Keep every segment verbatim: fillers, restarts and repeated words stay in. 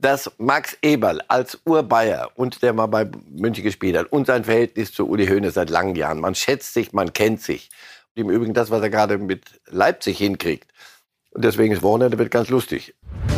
dass Max Eberl als Urbayer und der mal bei München gespielt hat und sein Verhältnis zu Uli Hoeneß seit langen Jahren. Man schätzt sich, man kennt sich. Im Übrigen das, was er gerade mit Leipzig hinkriegt. Und deswegen ist Wochenende wird ganz lustig.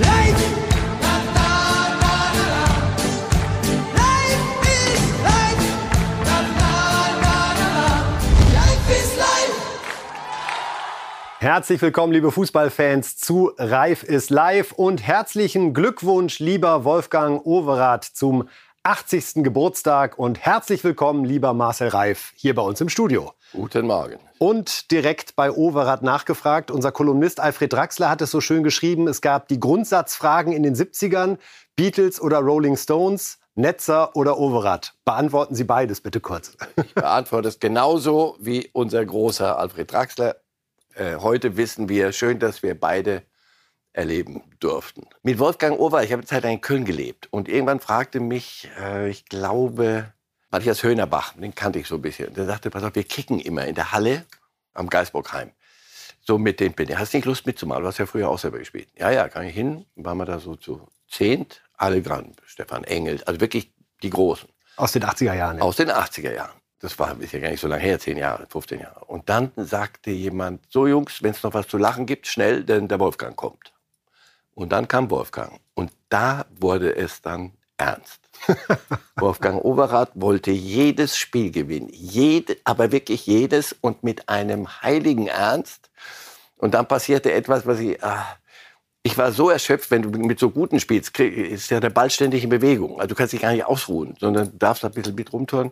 Herzlich willkommen, liebe Fußballfans, zu Reif ist live und herzlichen Glückwunsch, lieber Wolfgang Overath, zum achtzigsten Geburtstag und herzlich willkommen, lieber Marcel Reif, hier bei uns im Studio. Guten Morgen. Und direkt bei Overath nachgefragt, unser Kolumnist Alfred Draxler hat es so schön geschrieben, es gab die Grundsatzfragen in den siebzigern, Beatles oder Rolling Stones, Netzer oder Overath. Beantworten Sie beides bitte kurz. Ich beantworte es genauso wie unser großer Alfred Draxler. Äh, heute wissen wir, schön, dass wir beide erleben durften. Mit Wolfgang Overath, ich habe eine Zeit lang in Köln gelebt. Und irgendwann fragte mich, äh, ich glaube, Matthias Höhnerbach, den kannte ich so ein bisschen. Der sagte, pass auf, wir kicken immer in der Halle am Geisbockheim. So mit den Binden. Hast du nicht Lust mitzumachen? Du hast ja früher auch selber gespielt. Ja, ja, kann ich hin. Dann waren wir da so zu zehnt. Alle dran. Stefan Engel, also wirklich die Großen. Aus den achtziger Jahren. Ja. Aus den achtziger Jahren. Das war ist ja gar nicht so lange her, zehn Jahre, fünfzehn Jahre. Und dann sagte jemand, so Jungs, wenn es noch was zu lachen gibt, schnell, denn der Wolfgang kommt. Und dann kam Wolfgang. Und da wurde es dann ernst. Wolfgang Overath wollte jedes Spiel gewinnen. Jede, aber wirklich jedes und mit einem heiligen Ernst. Und dann passierte etwas, was ich... Ah, ich war so erschöpft, wenn du mit so Guten spielst, ist ja der Ball ständig in Bewegung. Also du kannst dich gar nicht ausruhen, sondern du darfst ein bisschen mit rumturnen.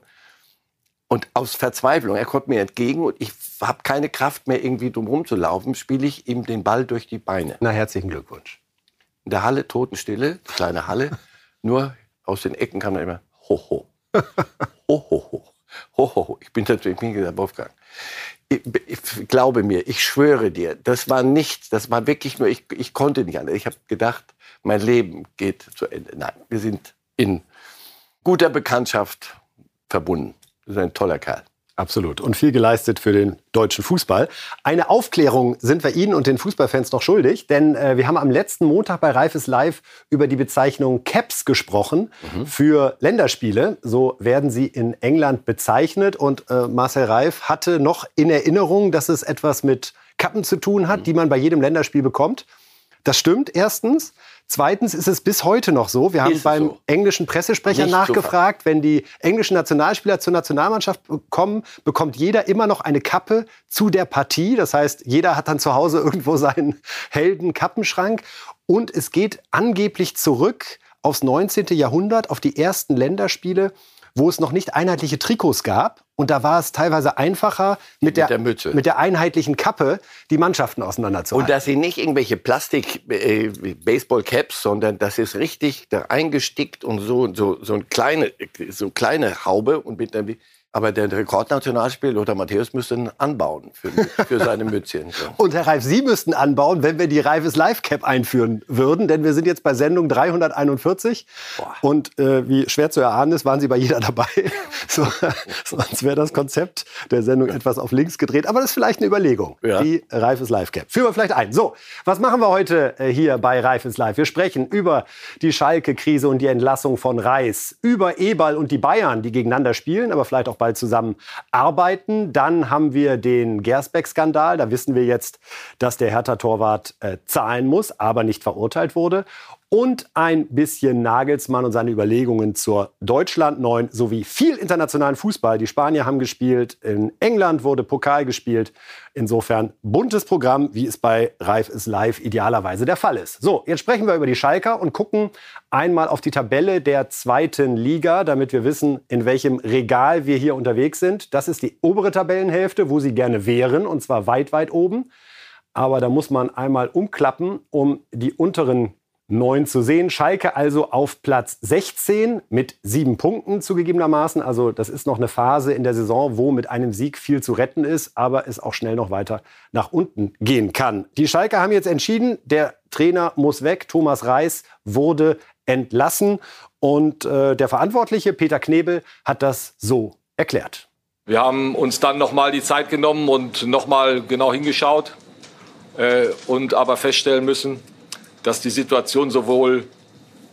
Und aus Verzweiflung, er kommt mir entgegen und ich habe keine Kraft mehr, irgendwie drum rumzulaufen, spiele ich ihm den Ball durch die Beine. Na, herzlichen Glückwunsch. In der Halle, Totenstille, kleine Halle, nur aus den Ecken kam dann immer ho, ho. Ho, ho, ho. Ho, ho, ho. Ich bin natürlich, ich bin gesagt, Wolfgang. Ich, ich, glaube mir, ich schwöre dir, das war nichts, das war wirklich nur, ich, ich konnte nicht anders. Ich habe gedacht, mein Leben geht zu Ende. Nein, wir sind in guter Bekanntschaft verbunden. Das ist ein toller Kerl. Absolut. Und viel geleistet für den deutschen Fußball. Eine Aufklärung sind wir Ihnen und den Fußballfans noch schuldig. Denn äh, wir haben am letzten Montag bei Reif ist live über die Bezeichnung Caps gesprochen mhm. für Länderspiele. So werden sie in England bezeichnet. Und äh, Marcel Reif hatte noch in Erinnerung, dass es etwas mit Kappen zu tun hat, mhm. die man bei jedem Länderspiel bekommt. Das stimmt erstens. Zweitens ist es bis heute noch so. Wir haben beim so. englischen Pressesprecher Nicht nachgefragt, so wenn die englischen Nationalspieler zur Nationalmannschaft kommen, bekommt jeder immer noch eine Kappe zu der Partie. Das heißt, jeder hat dann zu Hause irgendwo seinen Helden-Kappenschrank. Und es geht angeblich zurück aufs neunzehnten Jahrhundert, auf die ersten Länderspiele, wo es noch nicht einheitliche Trikots gab. Und da war es teilweise einfacher, mit, mit, der, der, Mütze. mit der einheitlichen Kappe die Mannschaften auseinanderzuhalten. Und das sind nicht irgendwelche Plastik-Baseball-Caps, äh, sondern das ist richtig da eingestickt und so, so, so, eine kleine, so eine kleine Haube. Und mit der, aber der Rekordnationalspieler Lothar Matthäus müsste ihn anbauen für, für seine Mützchen. So. Und Herr Reif, Sie müssten anbauen, wenn wir die Reif ist live Cap einführen würden. Denn wir sind jetzt bei Sendung dreihunderteinundvierzig. Boah. Und äh, wie schwer zu erahnen ist, waren Sie bei jeder dabei. so, sonst wäre das Konzept der Sendung etwas auf links gedreht. Aber das ist vielleicht eine Überlegung. Ja. Die Reif ist live Cap. Führen wir vielleicht ein. So, was machen wir heute äh, hier bei Reif ist live? Wir sprechen über die Schalke-Krise und die Entlassung von Reis. Über Eberl und die Bayern, die gegeneinander spielen, aber vielleicht auch bald zusammen arbeiten. Dann haben wir den Gersbeck-Skandal. Da wissen wir jetzt, dass der Hertha-Torwart äh, zahlen muss, aber nicht verurteilt wurde. Und ein bisschen Nagelsmann und seine Überlegungen zur Deutschland neun sowie viel internationalen Fußball. Die Spanier haben gespielt, in England wurde Pokal gespielt. Insofern buntes Programm, wie es bei Reif ist live idealerweise der Fall ist. So, jetzt sprechen wir über die Schalker und gucken einmal auf die Tabelle der zweiten Liga, damit wir wissen, in welchem Regal wir hier unterwegs sind. Das ist die obere Tabellenhälfte, wo sie gerne wären, und zwar weit, weit oben. Aber da muss man einmal umklappen, um die unteren neun zu sehen. Schalke also auf Platz sechzehn mit sieben Punkten zugegebenermaßen. Also das ist noch eine Phase in der Saison, wo mit einem Sieg viel zu retten ist, aber es auch schnell noch weiter nach unten gehen kann. Die Schalker haben jetzt entschieden, der Trainer muss weg. Thomas Reis wurde entlassen und äh, der Verantwortliche, Peter Knebel, hat das so erklärt. Wir haben uns dann noch mal die Zeit genommen und noch mal genau hingeschaut äh, und aber feststellen müssen, dass die Situation sowohl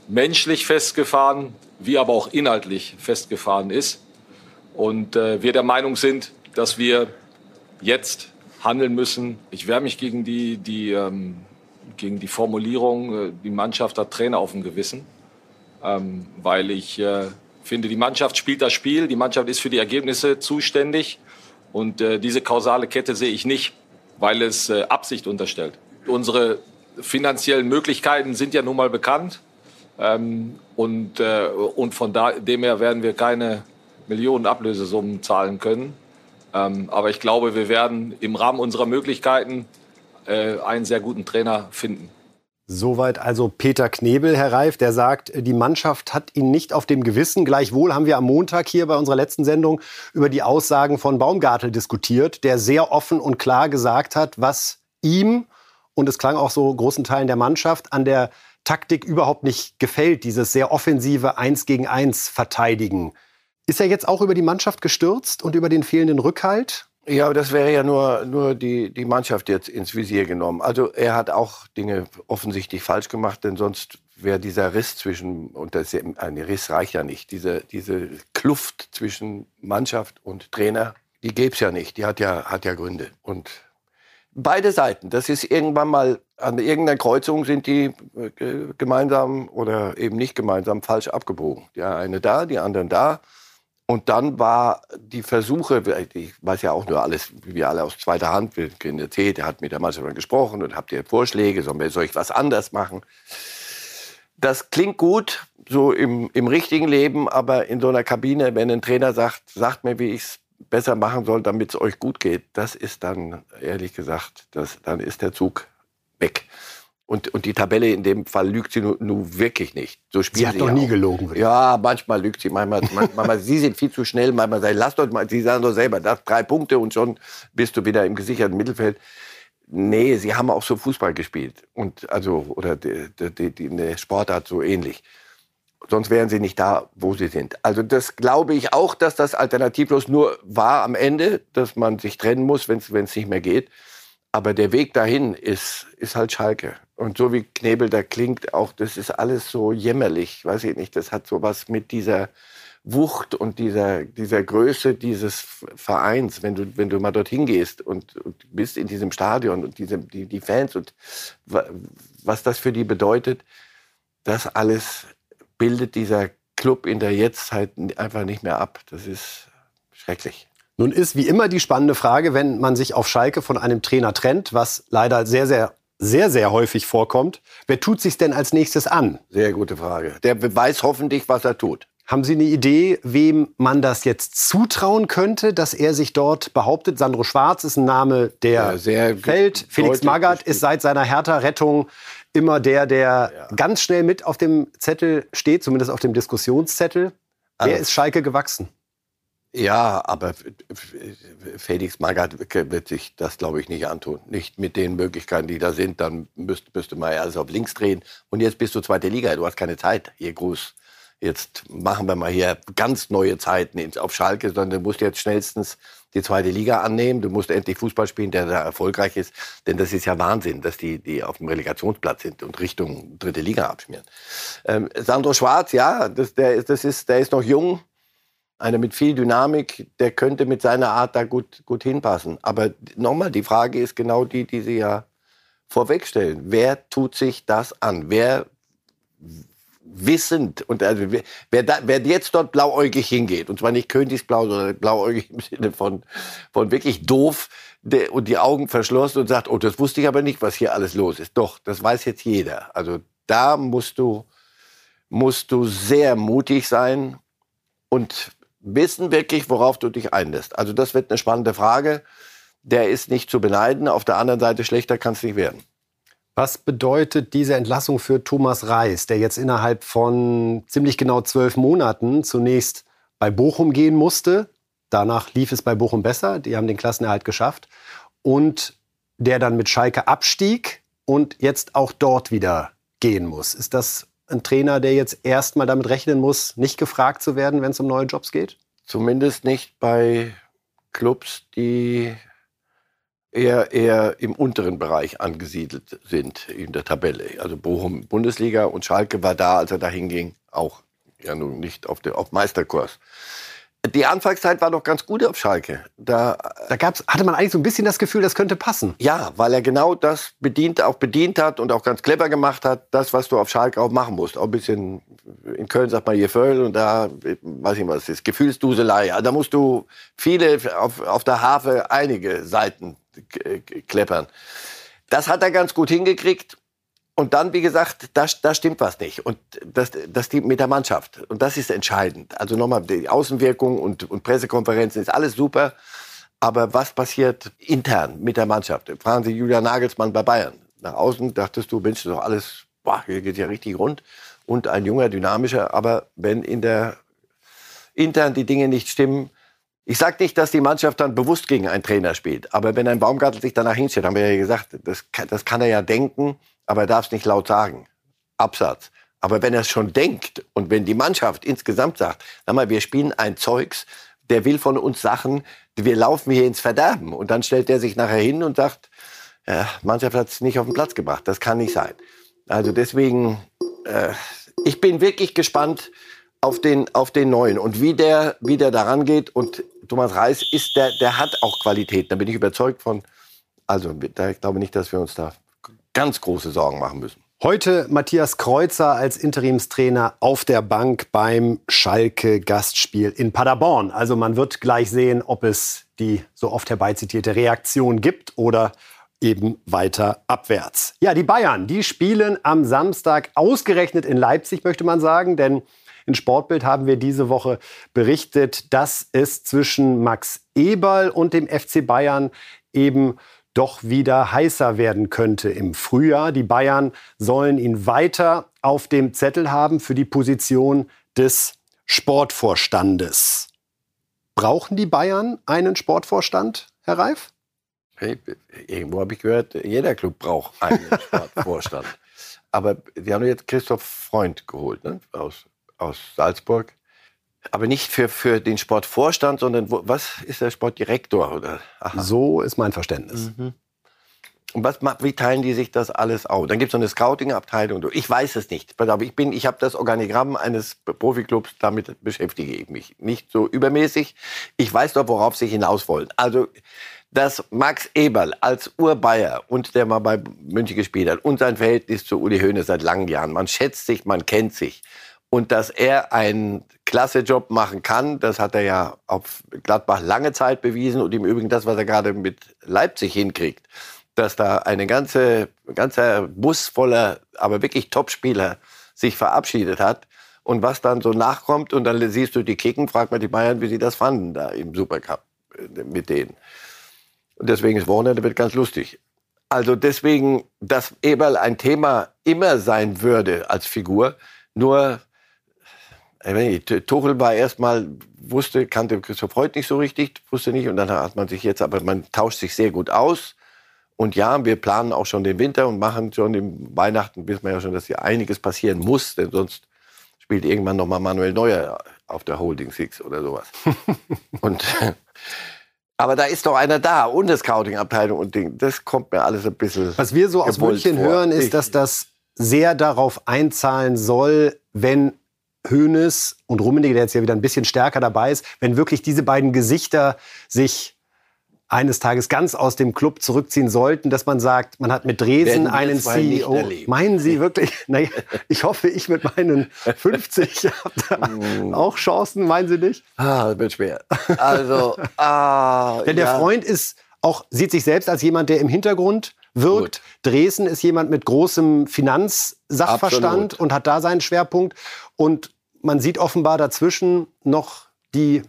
menschlich festgefahren, wie aber auch inhaltlich festgefahren ist. Und äh, wir der Meinung sind, dass wir jetzt handeln müssen. Ich wehre mich gegen die, die, ähm, gegen die Formulierung, äh, die Mannschaft hat Trainer auf dem Gewissen, ähm, weil ich äh, finde, die Mannschaft spielt das Spiel, die Mannschaft ist für die Ergebnisse zuständig und äh, diese kausale Kette sehe ich nicht, weil es äh, Absicht unterstellt. Unsere finanziellen Möglichkeiten sind ja nun mal bekannt ähm, und, äh, und von da, dem her werden wir keine Millionen Ablösesummen zahlen können. Ähm, aber ich glaube, wir werden im Rahmen unserer Möglichkeiten äh, einen sehr guten Trainer finden. Soweit also Peter Knebel, Herr Reif, der sagt, die Mannschaft hat ihn nicht auf dem Gewissen. Gleichwohl haben wir am Montag hier bei unserer letzten Sendung über die Aussagen von Baumgartel diskutiert, der sehr offen und klar gesagt hat, was ihm, und es klang auch so großen Teilen der Mannschaft, an der Taktik überhaupt nicht gefällt, dieses sehr offensive Eins gegen Eins Verteidigen. Ist er jetzt auch über die Mannschaft gestürzt und über den fehlenden Rückhalt? Ja, aber das wäre ja nur, nur die, die Mannschaft jetzt ins Visier genommen. Also er hat auch Dinge offensichtlich falsch gemacht, denn sonst wäre dieser Riss zwischen, und das, ein Riss reicht ja nicht, diese, diese Kluft zwischen Mannschaft und Trainer, die gäbe es ja nicht, die hat ja, hat ja Gründe. Und beide Seiten, das ist irgendwann mal, an irgendeiner Kreuzung sind die äh, gemeinsam oder eben nicht gemeinsam falsch abgebogen. Der eine da, die anderen da. Und dann war die Versuche, ich weiß ja auch nur alles, wie wir alle aus zweiter Hand, wir kennen erzählt, der hat mit der Mannschaft gesprochen und habt ihr Vorschläge, soll ich was anders machen? Das klingt gut, so im, im richtigen Leben, aber in so einer Kabine, wenn ein Trainer sagt, sagt mir, wie ich es besser machen soll, damit es euch gut geht, das ist dann, ehrlich gesagt, das, dann ist der Zug weg. Und, und die Tabelle in dem Fall lügt sie nun nu wirklich nicht. So spielt sie hat sie doch ja nie auch. gelogen. Ja, manchmal lügt sie, manchmal, manchmal sie sind viel zu schnell, manchmal sagen, lasst euch mal, sie sagen doch selber, das drei Punkte und schon bist du wieder im gesicherten Mittelfeld. Nee, sie haben auch so Fußball gespielt und also oder die, die, die, eine Sportart so ähnlich. Sonst wären sie nicht da, wo sie sind. Also das glaube ich auch, dass das alternativlos nur war am Ende, dass man sich trennen muss, wenn es nicht mehr geht. Aber der Weg dahin ist, ist halt Schalke. Und so wie Knebel da klingt, auch das ist alles so jämmerlich, weiß ich nicht. Das hat so was mit dieser Wucht und dieser, dieser Größe dieses Vereins, wenn du, wenn du mal dorthin gehst und, und bist in diesem Stadion und diese, die, die Fans und was das für die bedeutet, das alles bildet dieser Club in der Jetztzeit einfach nicht mehr ab. Das ist schrecklich. Nun ist wie immer die spannende Frage, wenn man sich auf Schalke von einem Trainer trennt, was leider sehr, sehr, sehr, sehr häufig vorkommt. Wer tut sich's denn als nächstes an? Sehr gute Frage. Der weiß hoffentlich, was er tut. Haben Sie eine Idee, wem man das jetzt zutrauen könnte, dass er sich dort behauptet? Sandro Schwarz ist ein Name, der Ja, sehr fällt. Felix Magath ist seit seiner Hertha-Rettung immer der, der ja. ganz schnell mit auf dem Zettel steht, zumindest auf dem Diskussionszettel. Wer also, ist Schalke gewachsen? Ja, aber Felix Magath wird sich das, glaube ich, nicht antun. Nicht mit den Möglichkeiten, die da sind. Dann müsste, müsste man ja alles auf links drehen. Und jetzt bist du zweite Liga. Du hast keine Zeit, hier groß. Jetzt machen wir mal hier ganz neue Zeiten auf Schalke, sondern du musst jetzt schnellstens die zweite Liga annehmen. Du musst endlich Fußball spielen, der da erfolgreich ist. Denn das ist ja Wahnsinn, dass die, die auf dem Relegationsplatz sind und Richtung dritte Liga abschmieren. Ähm, Sandro Schwarz, ja, das, der, das ist, der ist noch jung. Einer mit viel Dynamik, der könnte mit seiner Art da gut, gut hinpassen. Aber nochmal, die Frage ist genau die, die Sie ja vorwegstellen. Wer tut sich das an? Wer wissend, und also wer, da, wer jetzt dort blauäugig hingeht, und zwar nicht königsblau, sondern blauäugig im Sinne von, von wirklich doof der, und die Augen verschlossen und sagt, oh, das wusste ich aber nicht, was hier alles los ist. Doch, das weiß jetzt jeder. Also da musst du, musst du sehr mutig sein und wissen wirklich, worauf du dich einlässt. Also das wird eine spannende Frage. Der ist nicht zu beneiden. Auf der anderen Seite, schlechter kann es nicht werden. Was bedeutet diese Entlassung für Thomas Reis, der jetzt innerhalb von ziemlich genau zwölf Monaten zunächst bei Bochum gehen musste? Danach lief es bei Bochum besser. Die haben den Klassenerhalt geschafft. Und der dann mit Schalke abstieg und jetzt auch dort wieder gehen muss. Ist das ein Trainer, der jetzt erst mal damit rechnen muss, nicht gefragt zu werden, wenn es um neue Jobs geht? Zumindest nicht bei Clubs, die eher, eher im unteren Bereich angesiedelt sind in der Tabelle. Also Bochum Bundesliga und Schalke war da, als er dahin ging, auch ja nun nicht auf, der, auf Meisterkurs. Die Anfangszeit war doch ganz gut auf Schalke. Da, da gab's, hatte man eigentlich so ein bisschen das Gefühl, das könnte passen. Ja, weil er genau das bedient, auch bedient hat und auch ganz clever gemacht hat, das, was du auf Schalke auch machen musst. Auch ein bisschen, in Köln sagt man hier Völl und da, weiß ich nicht, was das ist, Gefühlsduselei. Da musst du viele, auf, auf der Harfe einige Seiten kleppern. Das hat er ganz gut hingekriegt. Und dann, wie gesagt, da, da stimmt was nicht. Und das, das die mit der Mannschaft. Und das ist entscheidend. Also nochmal, die Außenwirkung und, und Pressekonferenzen ist alles super. Aber was passiert intern mit der Mannschaft? Fragen Sie Julian Nagelsmann bei Bayern. Nach außen dachtest du, Mensch, das ist doch alles, boah, hier geht ja richtig rund. Und ein junger, dynamischer. Aber wenn in der intern die Dinge nicht stimmen, ich sage nicht, dass die Mannschaft dann bewusst gegen einen Trainer spielt. Aber wenn ein Baumgartel sich danach hinstellt, haben wir ja gesagt, das kann, das kann er ja denken, aber er darf es nicht laut sagen. Absatz. Aber wenn er es schon denkt und wenn die Mannschaft insgesamt sagt, sag mal, wir spielen ein Zeugs, der will von uns Sachen, wir laufen hier ins Verderben. Und dann stellt er sich nachher hin und sagt, ja, Mannschaft hat es nicht auf den Platz gebracht. Das kann nicht sein. Also deswegen, äh, ich bin wirklich gespannt auf den, auf den Neuen und wie der, wie der daran geht. Und Thomas Reis ist der, der hat auch Qualität. Da bin ich überzeugt von. Also da, ich glaube nicht, dass wir uns da ganz große Sorgen machen müssen. Heute Matthias Kreuzer als Interimstrainer auf der Bank beim Schalke-Gastspiel in Paderborn. Also man wird gleich sehen, ob es die so oft herbeizitierte Reaktion gibt oder eben weiter abwärts. Ja, die Bayern, die spielen am Samstag ausgerechnet in Leipzig, möchte man sagen. Denn in Sportbild haben wir diese Woche berichtet, dass es zwischen Max Eberl und dem F C Bayern eben doch wieder heißer werden könnte im Frühjahr. Die Bayern sollen ihn weiter auf dem Zettel haben für die Position des Sportvorstandes. Brauchen die Bayern einen Sportvorstand, Herr Reif? Hey, irgendwo habe ich gehört, jeder Club braucht einen Sportvorstand. Aber sie haben jetzt Christoph Freund geholt, ne? aus, aus Salzburg. Aber nicht für, für den Sportvorstand, sondern wo, was ist der Sportdirektor? Oder? So ist mein Verständnis. Mhm. Und was, wie teilen die sich das alles auf? Dann gibt es noch eine Scouting-Abteilung. Ich weiß es nicht. Ich, bin, ich habe das Organigramm eines Profiklubs, damit beschäftige ich mich. Nicht so übermäßig. Ich weiß doch, worauf sie hinaus wollen. Also, dass Max Eberl als Urbayer und der mal bei München gespielt hat und sein Verhältnis zu Uli Hoeneß seit langen Jahren, man schätzt sich, man kennt sich. Und dass er einen klasse Job machen kann, das hat er ja auf Gladbach lange Zeit bewiesen. Und im Übrigen das, was er gerade mit Leipzig hinkriegt, dass da eine ganze, ganzer Bus voller, aber wirklich Topspieler sich verabschiedet hat. Und was dann so nachkommt, und dann siehst du die Kicken, fragt man die Bayern, wie sie das fanden da im Supercup mit denen. Und deswegen ist Wochenende wird ganz lustig. Also deswegen, dass Eberl ein Thema immer sein würde als Figur, nur Tuchel war erstmal, wusste, kannte Christoph Freund nicht so richtig, wusste nicht. Und dann hat man sich jetzt, aber man tauscht sich sehr gut aus. Und ja, wir planen auch schon den Winter und machen schon im Weihnachten, wissen wir ja schon, dass hier einiges passieren muss. Denn sonst spielt irgendwann noch mal Manuel Neuer auf der Holding Six oder sowas. und, aber da ist doch einer da und eine Scouting-Abteilung und Ding. Das kommt mir alles ein bisschen. Was wir so aus München vor. hören, ist, dass das sehr darauf einzahlen soll, wenn Hoeneß und Rummenigge, der jetzt ja wieder ein bisschen stärker dabei ist, wenn wirklich diese beiden Gesichter sich eines Tages ganz aus dem Club zurückziehen sollten, dass man sagt, man hat mit Dresden einen C E O. Meinen Sie wirklich? Naja, ich hoffe, ich mit meinen fünfzig habe da auch Chancen, meinen Sie nicht? Ah, das wird schwer. Also, ah, denn der ja. Freund ist auch, sieht sich selbst als jemand, der im Hintergrund wirkt. Gut. Dresden ist jemand mit großem Finanzsachverstand Absolut. Und hat da seinen Schwerpunkt. Und man sieht offenbar dazwischen noch die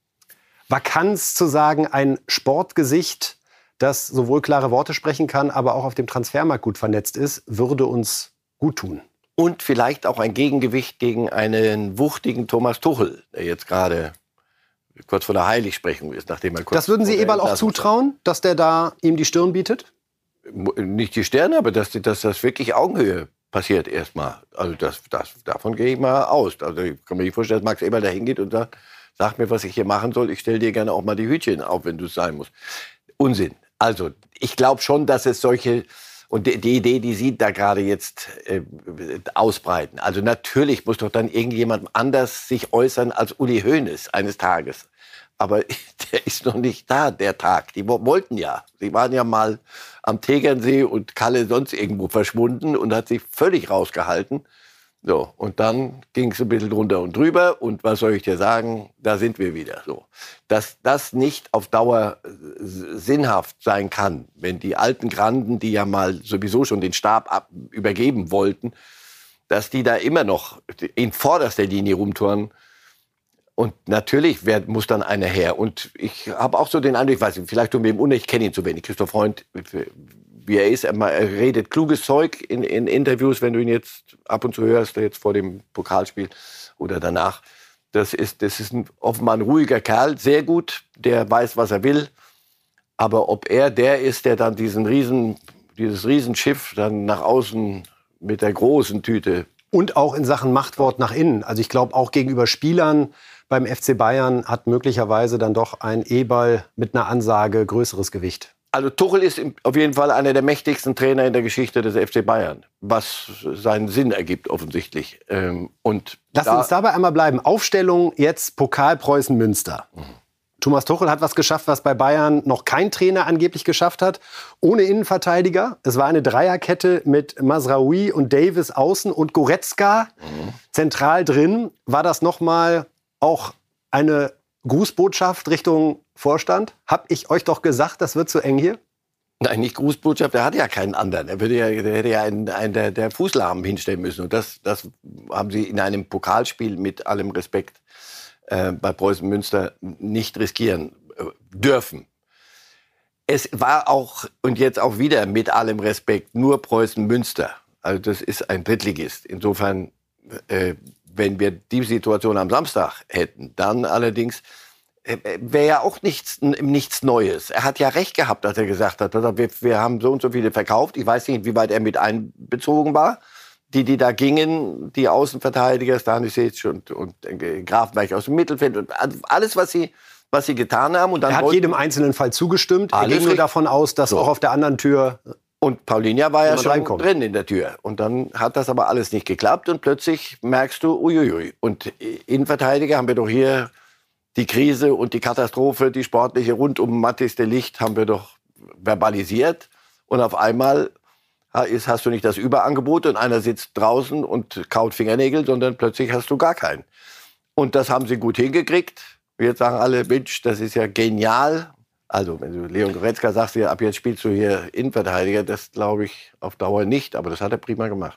Vakanz zu sagen, ein Sportgesicht, das sowohl klare Worte sprechen kann, aber auch auf dem Transfermarkt gut vernetzt ist, würde uns gut tun. Und vielleicht auch ein Gegengewicht gegen einen wuchtigen Thomas Tuchel, der jetzt gerade kurz vor der Heiligsprechung ist. Nachdem er kurz das würden Sie Eberl auch zutrauen, dass der da ihm die Stirn bietet? Nicht die Sterne, aber dass, dass das wirklich Augenhöhe passiert erstmal. Also das, das, davon gehe ich mal aus. Also ich kann mir nicht vorstellen, dass Max Eberl da hingeht und sagt, sag mir, was ich hier machen soll. Ich stelle dir gerne auch mal die Hütchen auf, wenn du es sein musst. Unsinn. Also ich glaube schon, dass es solche, und die, die Idee, die Sie da gerade jetzt äh, ausbreiten, also natürlich muss doch dann irgendjemand anders sich äußern als Uli Hoeneß eines Tages. Aber der ist noch nicht da, der Tag. Die wollten ja. Sie waren ja mal am Tegernsee und Kalle sonst irgendwo verschwunden und hat sich völlig rausgehalten. So, und dann ging es ein bisschen drunter und drüber. Und was soll ich dir sagen? Da sind wir wieder. So, dass das nicht auf Dauer sinnhaft sein kann, wenn die alten Granden, die ja mal sowieso schon den Stab ab übergeben wollten, dass die da immer noch in vorderster Linie rumtouren. Und natürlich wer, muss dann einer her. Und ich habe auch so den Eindruck, ich weiß nicht, vielleicht tun wir ihm Unrecht, ich kenne ihn zu wenig. Christoph Freund, wie er ist, er redet kluges Zeug in, in Interviews, wenn du ihn jetzt ab und zu hörst, jetzt vor dem Pokalspiel oder danach. Das ist, das ist ein, offenbar ein ruhiger Kerl, sehr gut, der weiß, was er will. Aber ob er der ist, der dann diesen riesen, dieses Riesenschiff dann nach außen mit der großen Tüte... Und auch in Sachen Machtwort nach innen. Also ich glaube, auch gegenüber Spielern beim F C Bayern hat möglicherweise dann doch ein E-Ball mit einer Ansage größeres Gewicht. Also Tuchel ist auf jeden Fall einer der mächtigsten Trainer in der Geschichte des F C Bayern, was seinen Sinn ergibt offensichtlich. Und Lass da uns dabei einmal bleiben. Aufstellung jetzt Pokal Preußen-Münster. Mhm. Thomas Tuchel hat was geschafft, was bei Bayern noch kein Trainer angeblich geschafft hat. Ohne Innenverteidiger. Es war eine Dreierkette mit Mazraoui und Davis außen und Goretzka mhm. zentral drin. War das nochmal auch eine Grußbotschaft Richtung Vorstand? Hab ich euch doch gesagt, das wird zu eng hier? Nein, nicht Grußbotschaft. Er hat ja keinen anderen. Er würde ja, der hätte ja einen, einen der, der Fußlahmen hinstellen müssen. Und das, das haben sie in einem Pokalspiel mit allem Respekt äh, bei Preußen Münster nicht riskieren äh, dürfen. Es war auch, und jetzt auch wieder mit allem Respekt, nur Preußen Münster. Also das ist ein Drittligist. Insofern, äh, wenn wir die Situation am Samstag hätten, dann allerdings äh, wäre ja auch nichts, nichts Neues. Er hat ja recht gehabt, dass er gesagt hat, wir, wir haben so und so viele verkauft. Ich weiß nicht, wie weit er mit einbezogen war. Die, die da gingen, die Außenverteidiger, Stanisic und, und Grafenberg aus dem Mittelfeld und alles, was sie, was sie getan haben. Und dann er hat jedem einzelnen Fall zugestimmt. Er ging nur davon aus, dass so. auch auf der anderen Tür... Und Paulinho war ja schon reinkommt. drin in der Tür. Und dann hat das aber alles nicht geklappt. Und plötzlich merkst du, uiuiui. Und Innenverteidiger haben wir doch hier die Krise und die Katastrophe, die sportliche rund um Mathis de Ligt haben wir doch verbalisiert. Und auf einmal ist, hast du nicht das Überangebot und einer sitzt draußen und kaut Fingernägel, sondern plötzlich hast du gar keinen. Und das haben sie gut hingekriegt. Jetzt sagen alle, Mensch, das ist ja genial. Also, wenn du Leon Goretzka sagst, ja, ab jetzt spielst du hier Innenverteidiger, das glaube ich auf Dauer nicht. Aber das hat er prima gemacht.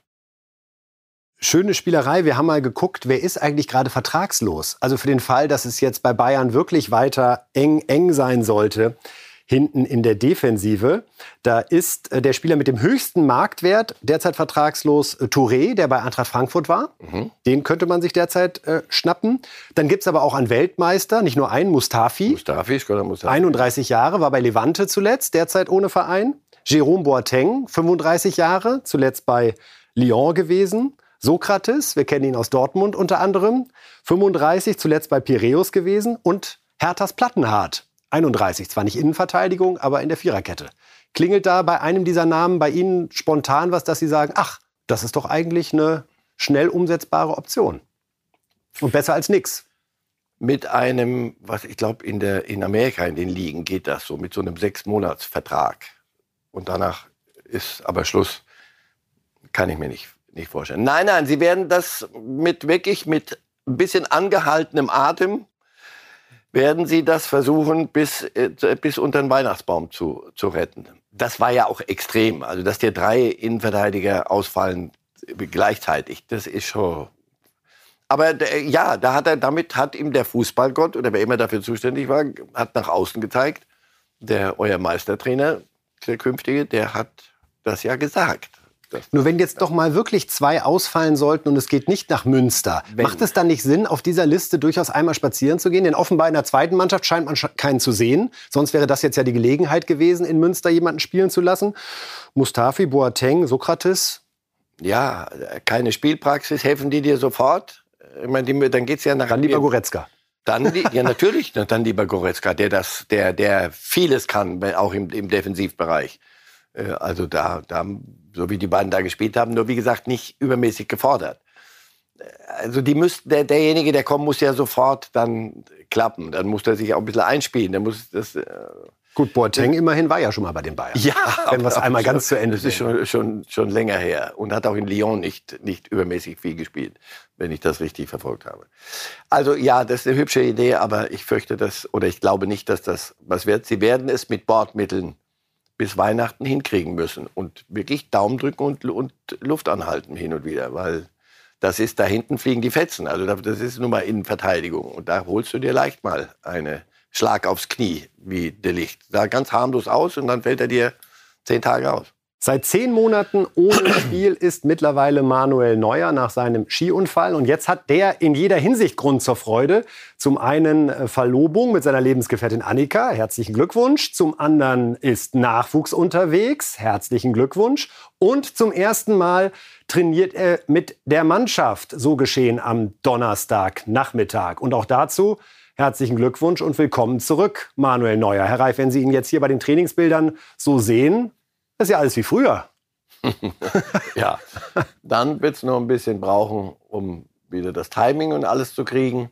Schöne Spielerei. Wir haben mal geguckt, wer ist eigentlich gerade vertragslos? Also für den Fall, dass es jetzt bei Bayern wirklich weiter eng, eng sein sollte, hinten in der Defensive. Da ist äh, der Spieler mit dem höchsten Marktwert derzeit vertragslos, äh, Touré, der bei Eintracht Frankfurt war. Mhm. Den könnte man sich derzeit äh, schnappen. Dann gibt's aber auch einen Weltmeister, nicht nur einen, Mustafi. Mustafi, Skoda Mustafi. einunddreißig Jahre, war bei Levante zuletzt, derzeit ohne Verein. Jérôme Boateng, fünfunddreißig Jahre, zuletzt bei Lyon gewesen. Sokrates, wir kennen ihn aus Dortmund unter anderem, fünfunddreißig, zuletzt bei Piräus gewesen. Und Herthas Plattenhardt, einunddreißig, zwar nicht Innenverteidigung, aber in der Viererkette. Klingelt da bei einem dieser Namen bei Ihnen spontan was, dass Sie sagen, ach, das ist doch eigentlich eine schnell umsetzbare Option. Und besser als nix. Mit einem, was ich glaube, in, der, in Amerika in den Ligen geht das so, mit so einem Sechs-Monats-Vertrag. Und danach ist aber Schluss. Kann ich mir nicht, nicht vorstellen. Nein, nein, Sie werden das mit wirklich mit ein bisschen angehaltenem Atem werden Sie das versuchen, bis, äh, bis unter den Weihnachtsbaum zu, zu retten. Das war ja auch extrem. Also, dass dir drei Innenverteidiger ausfallen gleichzeitig, das ist schon... Aber der, ja, da hat er, damit hat ihm der Fußballgott, oder wer immer dafür zuständig war, hat nach außen gezeigt, der euer Meistertrainer, der künftige, der hat das ja gesagt. Nur wenn jetzt doch mal wirklich zwei ausfallen sollten und es geht nicht nach Münster, wenn. Macht es dann nicht Sinn, auf dieser Liste durchaus einmal spazieren zu gehen? Denn offenbar in der zweiten Mannschaft scheint man keinen zu sehen. Sonst wäre das jetzt ja die Gelegenheit gewesen, in Münster jemanden spielen zu lassen. Mustafi, Boateng, Sokrates. Ja, keine Spielpraxis, helfen die dir sofort? Ich meine, die, dann geht's ja nach... Dann lieber Goretzka. Dann, ja, natürlich, dann lieber Goretzka, der das, der, der vieles kann, auch im, im Defensivbereich. Also da, da, so wie die beiden da gespielt haben, nur wie gesagt nicht übermäßig gefordert. Also die müssten, der, derjenige, der kommt, muss ja sofort dann klappen. Dann muss er sich auch ein bisschen einspielen. Dann muss das. Äh Gut, Boateng immerhin war ja schon mal bei den Bayern. Ja, wenn wir es einmal schon, ganz zu Ende. Das ist schon, schon, schon länger her und hat auch in Lyon nicht, nicht übermäßig viel gespielt, wenn ich das richtig verfolgt habe. Also ja, das ist eine hübsche Idee, aber ich fürchte das, oder ich glaube nicht, dass das was wird. Sie werden es mit Bordmitteln bis Weihnachten hinkriegen müssen und wirklich Daumen drücken und, und Luft anhalten hin und wieder, weil das ist, da hinten fliegen die Fetzen. Also das ist nun mal Innenverteidigung und da holst du dir leicht mal eine Schlag aufs Knie, wie De Ligt. Sah ganz harmlos aus und dann fällt er dir zehn Tage aus. Seit zehn Monaten ohne Spiel ist mittlerweile Manuel Neuer nach seinem Skiunfall. Und jetzt hat der in jeder Hinsicht Grund zur Freude. Zum einen Verlobung mit seiner Lebensgefährtin Annika. Herzlichen Glückwunsch. Zum anderen ist Nachwuchs unterwegs. Herzlichen Glückwunsch. Und zum ersten Mal trainiert er mit der Mannschaft. So geschehen am Donnerstagnachmittag. Und auch dazu herzlichen Glückwunsch und willkommen zurück, Manuel Neuer. Herr Reif, wenn Sie ihn jetzt hier bei den Trainingsbildern so sehen, das ist ja alles wie früher. Ja, dann wird es noch ein bisschen brauchen, um wieder das Timing und alles zu kriegen.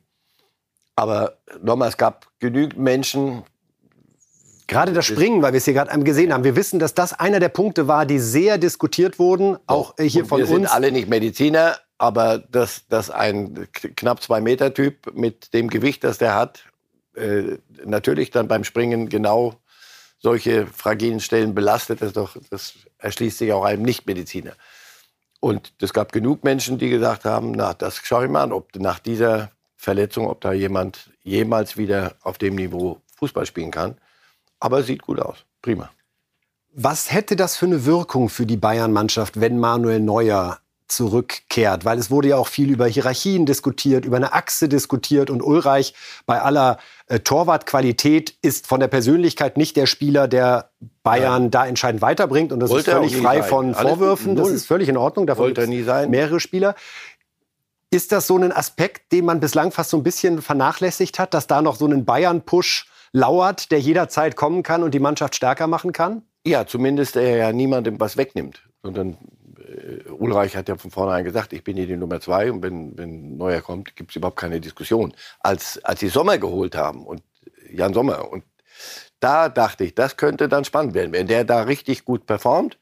Aber nochmal, es gab genügend Menschen. Gerade das Springen, weil wir es hier gerade gesehen haben. Wir wissen, dass das einer der Punkte war, die sehr diskutiert wurden, auch Doch, hier von wir uns. Wir sind alle nicht Mediziner, aber dass, dass ein knapp zwei Meter Typ mit dem Gewicht, das der hat, äh, natürlich dann beim Springen genau solche fragilen Stellen belastet, das, doch, das erschließt sich auch einem Nichtmediziner. Und es gab genug Menschen, die gesagt haben, na, das schaue ich mal an, ob nach dieser Verletzung, ob da jemand jemals wieder auf dem Niveau Fußball spielen kann. Aber es sieht gut aus. Prima. Was hätte das für eine Wirkung für die Bayern-Mannschaft, wenn Manuel Neuer zurückkehrt? Weil es wurde ja auch viel über Hierarchien diskutiert, über eine Achse diskutiert. Und Ulreich, bei aller äh, Torwartqualität, ist von der Persönlichkeit nicht der Spieler, der Bayern ja. da entscheidend weiterbringt. Und das Wollte ist völlig frei sein. von Alles Vorwürfen. Das null. ist völlig in Ordnung. Davon Wollte er nie sein. Mehrere Spieler. Ist das so ein Aspekt, den man bislang fast so ein bisschen vernachlässigt hat, dass da noch so ein Bayern-Push lauert, der jederzeit kommen kann und die Mannschaft stärker machen kann? Ja, zumindest er ja niemandem was wegnimmt. Sondern äh, Ulreich hat ja von vornherein gesagt, ich bin hier die Nummer zwei und wenn, wenn Neuer kommt, gibt es überhaupt keine Diskussion. Als, als sie Sommer geholt haben und Jan Sommer, und da dachte ich, das könnte dann spannend werden. Wenn der da richtig gut performt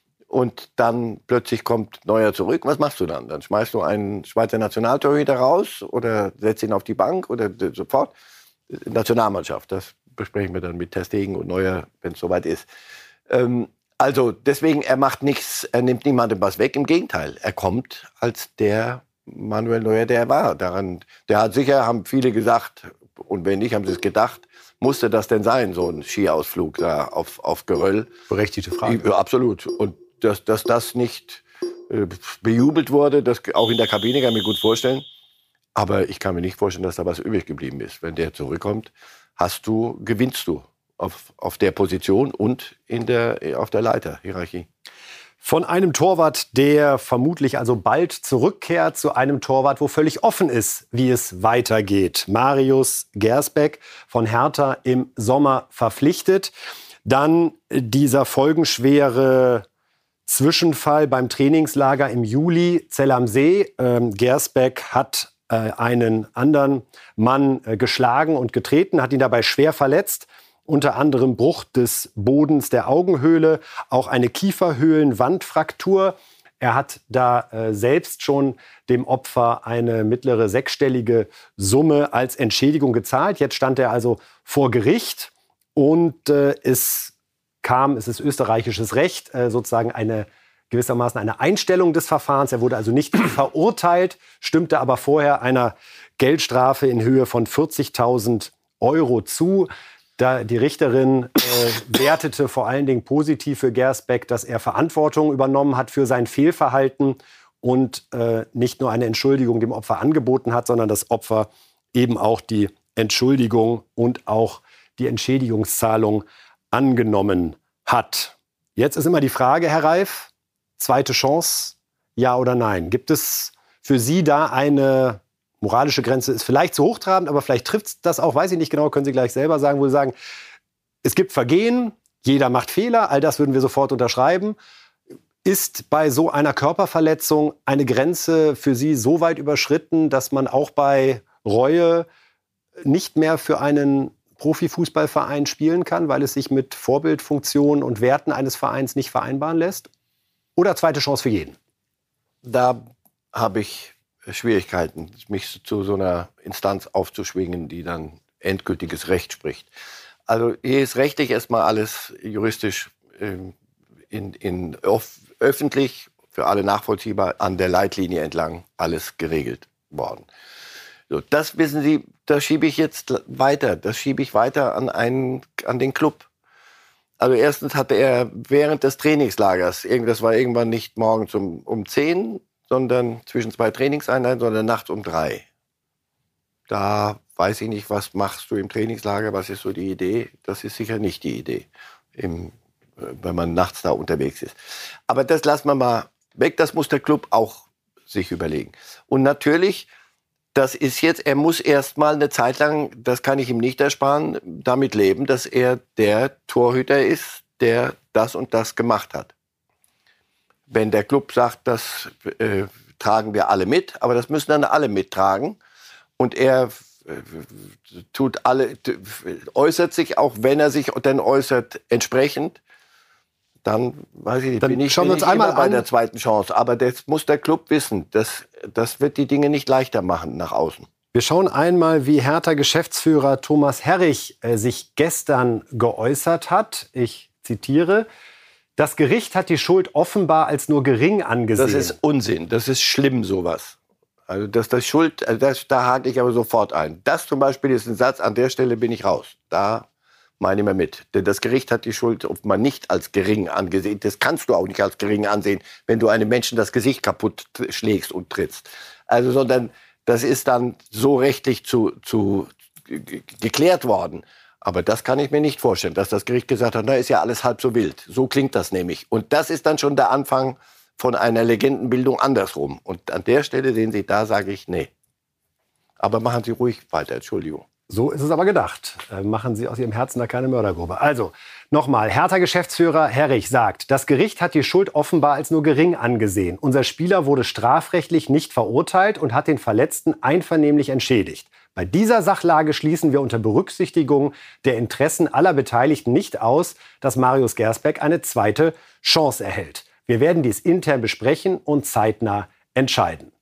und dann plötzlich kommt Neuer zurück, was machst du dann? Dann schmeißt du einen Schweizer Nationaltorhüter raus oder setzt ihn auf die Bank oder sofort? Nationalmannschaft, das besprechen wir dann mit Ter Stegen und Neuer, wenn es soweit ist. Ähm, also deswegen, er macht nichts, er nimmt niemandem was weg, im Gegenteil. Er kommt als der Manuel Neuer, der er war. Daran, der hat sicher, haben viele gesagt, und wenn nicht, haben sie es gedacht, musste das denn sein, so ein Skiausflug da auf, auf Geröll? Berechtigte Frage. Ja, absolut. Und dass, dass das nicht äh, bejubelt wurde, das auch in der Kabine, kann ich mir gut vorstellen. Aber ich kann mir nicht vorstellen, dass da was übrig geblieben ist. Wenn der zurückkommt, hast du, gewinnst du auf, auf der Position und in der, auf der Leiterhierarchie. Von einem Torwart, der vermutlich also bald zurückkehrt, zu einem Torwart, wo völlig offen ist, wie es weitergeht. Marius Gersbeck von Hertha im Sommer verpflichtet. Dann dieser folgenschwere Zwischenfall beim Trainingslager im Juli, Zell am See. Ähm, Gersbeck hat einen anderen Mann geschlagen und getreten, hat ihn dabei schwer verletzt. Unter anderem Bruch des Bodens der Augenhöhle, auch eine Kieferhöhlenwandfraktur. Er hat da äh, selbst schon dem Opfer eine mittlere sechsstellige Summe als Entschädigung gezahlt. Jetzt stand er also vor Gericht und äh, es kam, es ist österreichisches Recht, äh, sozusagen eine gewissermaßen eine Einstellung des Verfahrens. Er wurde also nicht verurteilt, stimmte aber vorher einer Geldstrafe in Höhe von vierzigtausend Euro zu. Da die Richterin äh, wertete vor allen Dingen positiv für Gersbeck, dass er Verantwortung übernommen hat für sein Fehlverhalten und äh, nicht nur eine Entschuldigung dem Opfer angeboten hat, sondern das Opfer eben auch die Entschuldigung und auch die Entschädigungszahlung angenommen hat. Jetzt ist immer die Frage, Herr Reif, zweite Chance, ja oder nein? Gibt es für Sie da eine, moralische Grenze ist vielleicht zu hochtrabend, aber vielleicht trifft das auch, weiß ich nicht genau, können Sie gleich selber sagen, wo Sie sagen, es gibt Vergehen, jeder macht Fehler, all das würden wir sofort unterschreiben. Ist bei so einer Körperverletzung eine Grenze für Sie so weit überschritten, dass man auch bei Reue nicht mehr für einen Profifußballverein spielen kann, weil es sich mit Vorbildfunktionen und Werten eines Vereins nicht vereinbaren lässt? Oder zweite Chance für jeden? Da habe ich Schwierigkeiten, mich zu so einer Instanz aufzuschwingen, die dann endgültiges Recht spricht. Also hier ist rechtlich erstmal alles juristisch äh, in, in öf- öffentlich, für alle nachvollziehbar, an der Leitlinie entlang alles geregelt worden. So, das wissen Sie, das schiebe ich jetzt weiter. Das schiebe ich weiter an, einen, an den Club. Also erstens hatte er während des Trainingslagers, das war irgendwann nicht morgens um, um zehn, sondern zwischen zwei Trainingseinheiten, sondern nachts um drei. Da weiß ich nicht, was machst du im Trainingslager, was ist so die Idee? Das ist sicher nicht die Idee, im, wenn man nachts da unterwegs ist. Aber das lassen wir mal weg, das muss der Club auch sich überlegen. Und natürlich, das ist jetzt, er muss erst mal eine Zeit lang, das kann ich ihm nicht ersparen, damit leben, dass er der Torhüter ist, der das und das gemacht hat. Wenn der Club sagt, das äh, tragen wir alle mit, aber das müssen dann alle mittragen. Und er äh, tut alle, äußert sich, auch wenn er sich dann äußert, entsprechend. Dann weiß ich nicht, dann bin ich, schauen wir bin uns ich einmal immer bei an. der zweiten Chance. Aber das muss der Club wissen. Das, das wird die Dinge nicht leichter machen nach außen. Wir schauen einmal, wie Hertha-Geschäftsführer Thomas Herrich äh, sich gestern geäußert hat. Ich zitiere: Das Gericht hat die Schuld offenbar als nur gering angesehen. Das ist Unsinn. Das ist schlimm, sowas. Also das, das Schuld, also das, da hake ich aber sofort ein. Das zum Beispiel ist ein Satz, an der Stelle bin ich raus. Da meine ich mal mit. Denn das Gericht hat die Schuld offenbar nicht als gering angesehen. Das kannst du auch nicht als gering ansehen, wenn du einem Menschen das Gesicht kaputt schlägst und trittst. Also, sondern das ist dann so rechtlich zu, zu g- geklärt worden. Aber das kann ich mir nicht vorstellen, dass das Gericht gesagt hat, na, ist ja alles halb so wild. So klingt das nämlich. Und das ist dann schon der Anfang von einer Legendenbildung andersrum. Und an der Stelle sehen Sie, da sage ich, nee. Aber machen Sie ruhig weiter, Entschuldigung. So ist es aber gedacht. Äh, machen Sie aus Ihrem Herzen da keine Mördergrube. Also, nochmal, Hertha-Geschäftsführer Herrich sagt, das Gericht hat die Schuld offenbar als nur gering angesehen. Unser Spieler wurde strafrechtlich nicht verurteilt und hat den Verletzten einvernehmlich entschädigt. Bei dieser Sachlage schließen wir unter Berücksichtigung der Interessen aller Beteiligten nicht aus, dass Marius Gersbeck eine zweite Chance erhält. Wir werden dies intern besprechen und zeitnah entscheiden.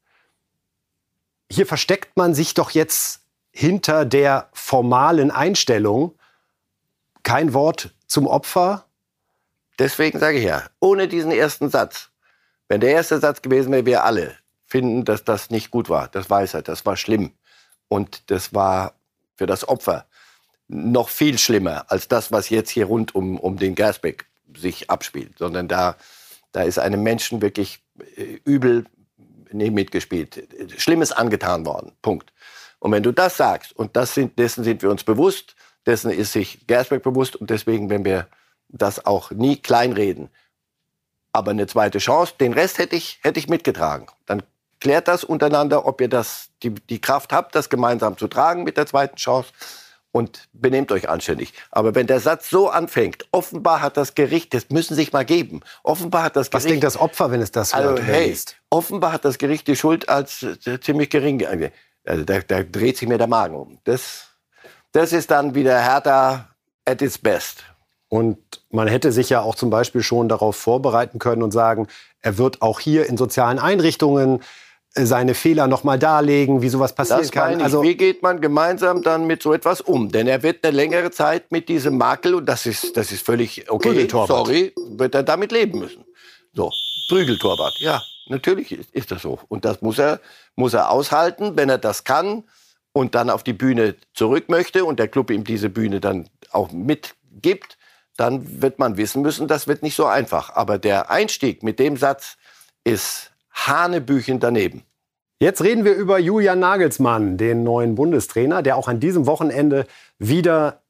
Hier versteckt man sich doch jetzt hinter der formalen Einstellung. Kein Wort zum Opfer. Deswegen sage ich ja, ohne diesen ersten Satz, wenn der erste Satz gewesen wäre, wir alle finden, dass das nicht gut war. Das weiß er, das war schlimm. Und das war für das Opfer noch viel schlimmer als das, was jetzt hier rund um, um den Gersbeck sich abspielt. Sondern da, da ist einem Menschen wirklich äh, übel nee, mitgespielt. Schlimmes angetan worden. Punkt. Und wenn du das sagst, und das sind, dessen sind wir uns bewusst, dessen ist sich Gersbeck bewusst, und deswegen, wenn wir das auch nie kleinreden, aber eine zweite Chance, den Rest hätte ich, hätte ich mitgetragen. Dann klärt das untereinander, ob ihr das, die, die Kraft habt, das gemeinsam zu tragen mit der zweiten Chance, und benehmt euch anständig. Aber wenn der Satz so anfängt, offenbar hat das Gericht, das müssen sich mal geben, offenbar hat das Gericht... Was denkt das Opfer, wenn es das also, hört? Hey, offenbar hat das Gericht die Schuld als äh, ziemlich gering angesehen. Also da, da dreht sich mir der Magen um. Das, das ist dann wieder Hertha at its best. Und man hätte sich ja auch zum Beispiel schon darauf vorbereiten können und sagen, er wird auch hier in sozialen Einrichtungen seine Fehler noch mal darlegen, wie sowas passieren das kann. Meine ich. Also wie geht man gemeinsam dann mit so etwas um? Denn er wird eine längere Zeit mit diesem Makel, und das ist, das ist völlig okay, sorry, wird er damit leben müssen. So, Prügeltorwart, ja, natürlich ist, ist das so. Und das muss er, muss er aushalten, wenn er das kann und dann auf die Bühne zurück möchte und der Club ihm diese Bühne dann auch mitgibt, dann wird man wissen müssen, das wird nicht so einfach. Aber der Einstieg mit dem Satz ist hanebüchen daneben. Jetzt reden wir über Julian Nagelsmann, den neuen Bundestrainer, der auch an diesem Wochenende wieder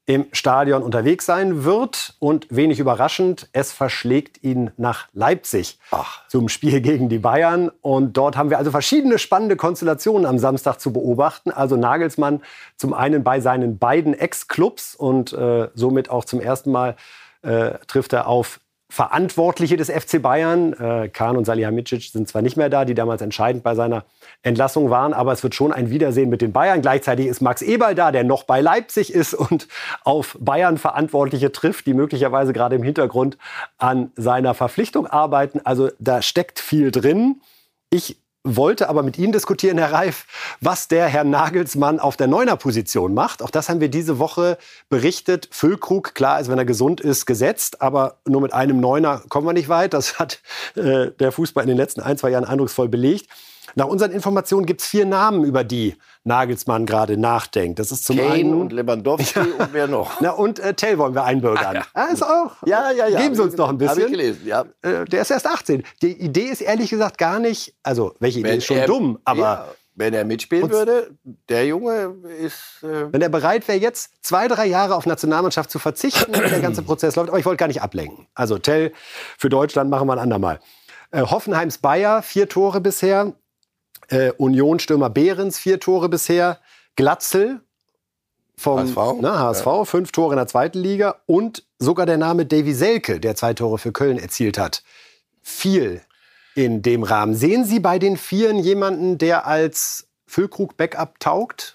im Stadion unterwegs sein wird. Und wenig überraschend, es verschlägt ihn nach Leipzig Ach. zum Spiel gegen die Bayern. Und dort haben wir also verschiedene spannende Konstellationen am Samstag zu beobachten. Also Nagelsmann zum einen bei seinen beiden Ex-Clubs und äh, somit auch zum ersten Mal äh, trifft er auf Verantwortliche des F C Bayern. Äh, Kahn und Salihamidzic sind zwar nicht mehr da, die damals entscheidend bei seiner Entlassung waren, aber es wird schon ein Wiedersehen mit den Bayern. Gleichzeitig ist Max Eberl da, der noch bei Leipzig ist und auf Bayern-Verantwortliche trifft, die möglicherweise gerade im Hintergrund an seiner Verpflichtung arbeiten. Also da steckt viel drin. Ich wollte aber mit Ihnen diskutieren, Herr Reif, was der Herr Nagelsmann auf der Neuner-Position macht. Auch das haben wir diese Woche berichtet. Füllkrug, klar ist, wenn er gesund ist, gesetzt. Aber nur mit einem Neuner kommen wir nicht weit. Das hat äh, der Fußball in den letzten ein, zwei Jahren eindrucksvoll belegt. Nach unseren Informationen gibt es vier Namen, über die Nagelsmann gerade nachdenkt. Das ist zum Kane einen und Lewandowski und wer noch? Na, und äh, Tell wollen wir einbürgern. Ja. Ah, ist auch. Ja, ja, ja. Geben Sie uns noch ein bisschen. Habe ich gelesen, ja. Äh, der ist erst achtzehn. Die Idee ist ehrlich gesagt gar nicht, also welche Idee Wenn ist schon er, dumm, aber ja, wenn er mitspielen würde, der Junge ist... Äh wenn er bereit wäre, jetzt zwei, drei Jahre auf Nationalmannschaft zu verzichten, wenn der ganze Prozess läuft. Aber ich wollte gar nicht ablenken. Also Tell für Deutschland machen wir ein andermal. Äh, Hoffenheims Bayer, vier Tore bisher. Äh, Union-Stürmer Behrens, vier Tore bisher. Glatzel vom H S V, ne, H S V ja. fünf Tore in der zweiten Liga. Und sogar der Name Davy Selke, der zwei Tore für Köln erzielt hat. Viel in dem Rahmen. Sehen Sie bei den Vieren jemanden, der als Füllkrug-Backup taugt?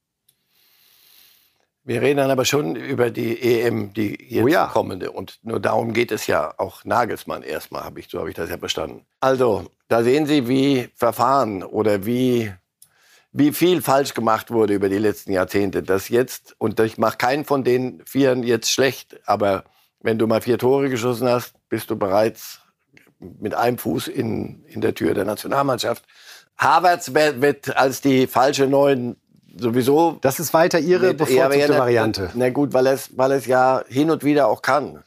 Wir reden dann aber schon über die E M, die jetzt oh ja. kommende. Und nur darum geht es ja auch Nagelsmann erstmal, hab ich, so habe ich das ja verstanden. Also, da sehen Sie, wie verfahren oder wie, wie viel falsch gemacht wurde über die letzten Jahrzehnte. Das jetzt, und ich mache keinen von den Vieren jetzt schlecht, aber wenn du mal vier Tore geschossen hast, bist du bereits mit einem Fuß in, in der Tür der Nationalmannschaft. Havertz wird, wird als die falsche Neun sowieso. Das ist weiter Ihre mit, bevorzugte ja, ja, Variante. Na, na gut, weil es, weil es ja hin und wieder auch kann.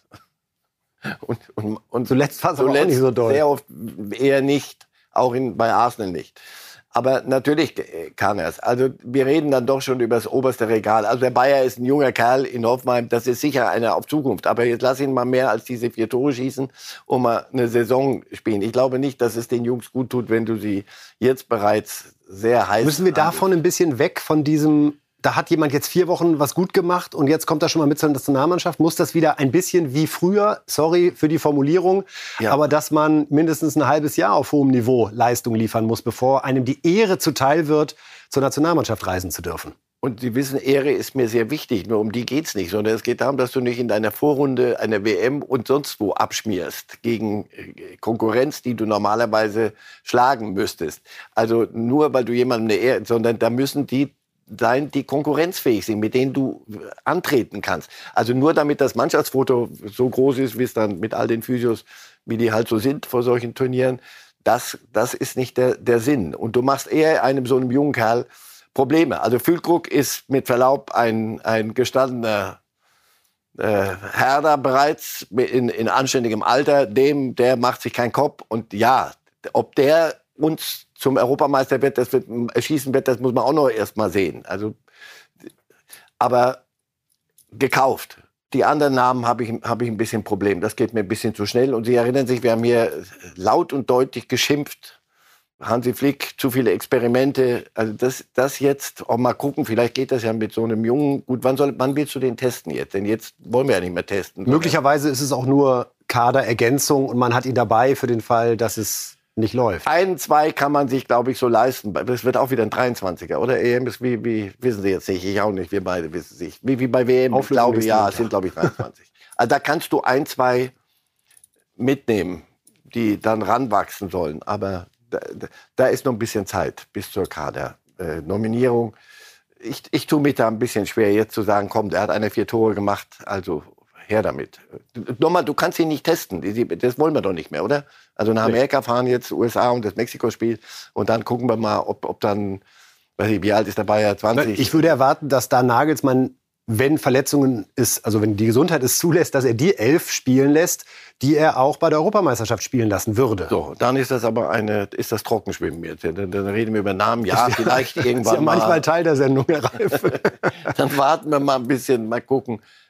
Und, und, und zuletzt war es aber auch nicht so doll. Sehr oft eher nicht, auch in, bei Arsenal nicht. Aber natürlich kann er es. Also wir reden dann doch schon über das oberste Regal. Also der Bayer ist ein junger Kerl in Hoffenheim, das ist sicher einer auf Zukunft. Aber jetzt lass ihn mal mehr als diese vier Tore schießen und mal eine Saison spielen. Ich glaube nicht, dass es den Jungs gut tut, wenn du sie jetzt bereits sehr heiß... Müssen wir davon ein bisschen weg, von diesem... Da hat jemand jetzt vier Wochen was gut gemacht und jetzt kommt er schon mal mit zur Nationalmannschaft. Muss das wieder ein bisschen wie früher, sorry für die Formulierung, ja. aber dass man mindestens ein halbes Jahr auf hohem Niveau Leistung liefern muss, bevor einem die Ehre zuteil wird, zur Nationalmannschaft reisen zu dürfen. Und Sie wissen, Ehre ist mir sehr wichtig, nur um die geht's nicht, sondern es geht darum, dass du nicht in deiner Vorrunde eine W M und sonst wo abschmierst gegen Konkurrenz, die du normalerweise schlagen müsstest. Also nur, weil du jemandem eine Ehre, sondern da müssen die sein, die konkurrenzfähig sind, mit denen du antreten kannst. Also nur damit das Mannschaftsfoto so groß ist, wie es dann mit all den Physios, wie die halt so sind vor solchen Turnieren, das, das ist nicht der, der Sinn. Und du machst eher einem so einem jungen Kerl Probleme. Also Füllkrug ist mit Verlaub ein, ein gestandener äh, Herr da bereits in, in anständigem Alter, dem, der macht sich keinen Kopf. Und ja, ob der uns zum Europameister wird, das wird, erschießen wird, das muss man auch noch erst mal sehen. Also, aber gekauft. Die anderen Namen habe ich, hab ich ein bisschen Problem. Das geht mir ein bisschen zu schnell. Und Sie erinnern sich, wir haben hier laut und deutlich geschimpft. Hansi Flick, zu viele Experimente. Also das, das jetzt auch mal gucken. Vielleicht geht das ja mit so einem Jungen. Gut, wann, soll, wann willst du den testen jetzt? Denn jetzt wollen wir ja nicht mehr testen. Möglicherweise ist es auch nur Kaderergänzung und man hat ihn dabei für den Fall, dass es nicht läuft. Ein, zwei kann man sich, glaube ich, so leisten. Das wird auch wieder ein dreiundzwanziger, oder? E M ist wie, wie, wissen Sie jetzt nicht, ich auch nicht, wir beide wissen es nicht. Wie, wie bei W M, ich glaube, ja, es sind, glaube ich, dreiundzwanzig. Also da kannst du ein, zwei mitnehmen, die dann ranwachsen sollen. Aber da, da ist noch ein bisschen Zeit bis zur Kader-Nominierung. Ich, ich tue mich da ein bisschen schwer, jetzt zu sagen, komm, der hat eine vier Tore gemacht, also her damit. Nochmal, du kannst ihn nicht testen. Das wollen wir doch nicht mehr, oder? Also nach Amerika fahren jetzt U S A und das Mexiko-Spiel und dann gucken wir mal, ob, ob dann, weiß ich, wie alt ist der Bayer, zwanzig? Ich würde erwarten, dass da Nagelsmann, wenn Verletzungen ist, also wenn die Gesundheit es zulässt, dass er die elf spielen lässt, die er auch bei der Europameisterschaft spielen lassen würde. So, dann ist das aber eine, ist das Trockenschwimmen jetzt. Dann, dann reden wir über Namen, ja, vielleicht irgendwann das ist ja mal. manchmal Teil der Sendung, Herr Reif. Dann warten wir mal ein bisschen, mal gucken.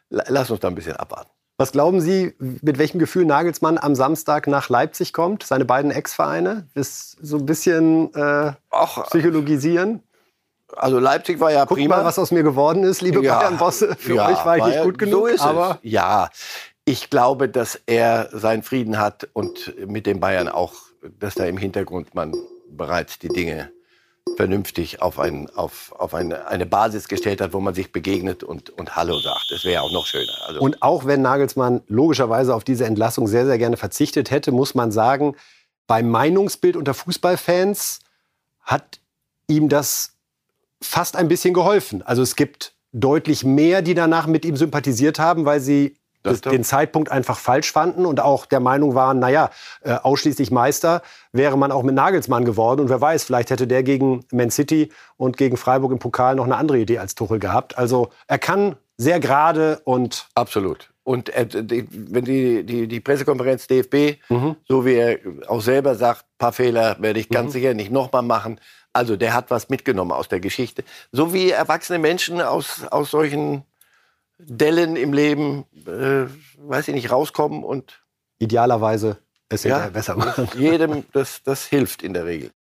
lass uns da ein bisschen abwarten. Was glauben Sie, mit welchem Gefühl Nagelsmann am Samstag nach Leipzig kommt? Seine beiden Ex-Vereine? Ist so ein bisschen äh, Ach, psychologisieren? Also Leipzig war ja Guckt prima. mal, was aus mir geworden ist, liebe ja, Bayern-Bosse. Für ja, euch war ich nicht gut genug. So ist aber es. Ja, ich glaube, dass er seinen Frieden hat und mit den Bayern auch, dass da im Hintergrund man bereits die Dinge vernünftig auf, ein, auf, auf eine, eine Basis gestellt hat, wo man sich begegnet und, und Hallo sagt. Das wäre ja auch noch schöner. Also und auch wenn Nagelsmann logischerweise auf diese Entlassung sehr, sehr gerne verzichtet hätte, muss man sagen, beim Meinungsbild unter Fußballfans hat ihm das fast ein bisschen geholfen. Also es gibt deutlich mehr, die danach mit ihm sympathisiert haben, weil sie das den Zeitpunkt einfach falsch fanden und auch der Meinung waren, naja, äh, ausschließlich Meister wäre man auch mit Nagelsmann geworden. Und wer weiß, vielleicht hätte der gegen Man City und gegen Freiburg im Pokal noch eine andere Idee als Tuchel gehabt. Also er kann sehr gerade und... Absolut. Und äh, die, wenn die, die, die Pressekonferenz D F B, mhm. so wie er auch selber sagt, ein paar Fehler werde ich ganz mhm. sicher nicht nochmal machen. Also der hat was mitgenommen aus der Geschichte. So wie erwachsene Menschen aus, aus solchen Dellen im Leben, äh, weiß ich nicht, rauskommen und idealerweise es ja, besser machen. Jedem, das, das hilft in der Regel.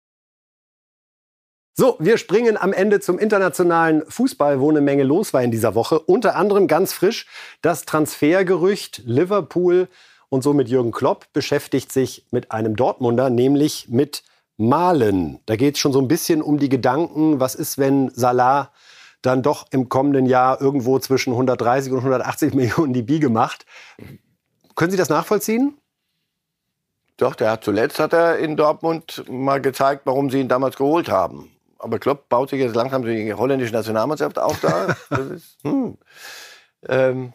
So, wir springen am Ende zum internationalen Fußball, wo eine Menge los war in dieser Woche. Unter anderem ganz frisch das Transfergerücht Liverpool und somit Jürgen Klopp beschäftigt sich mit einem Dortmunder, nämlich mit Malen. Da geht es schon so ein bisschen um die Gedanken, was ist, wenn Salah dann doch im kommenden Jahr irgendwo zwischen hundertdreißig und hundertachtzig Millionen die Biege macht. Können Sie das nachvollziehen? Doch, der hat zuletzt hat er in Dortmund mal gezeigt, warum sie ihn damals geholt haben. Aber Klopp baut sich jetzt langsam die holländische Nationalmannschaft auf da. Das ist, hm. ähm,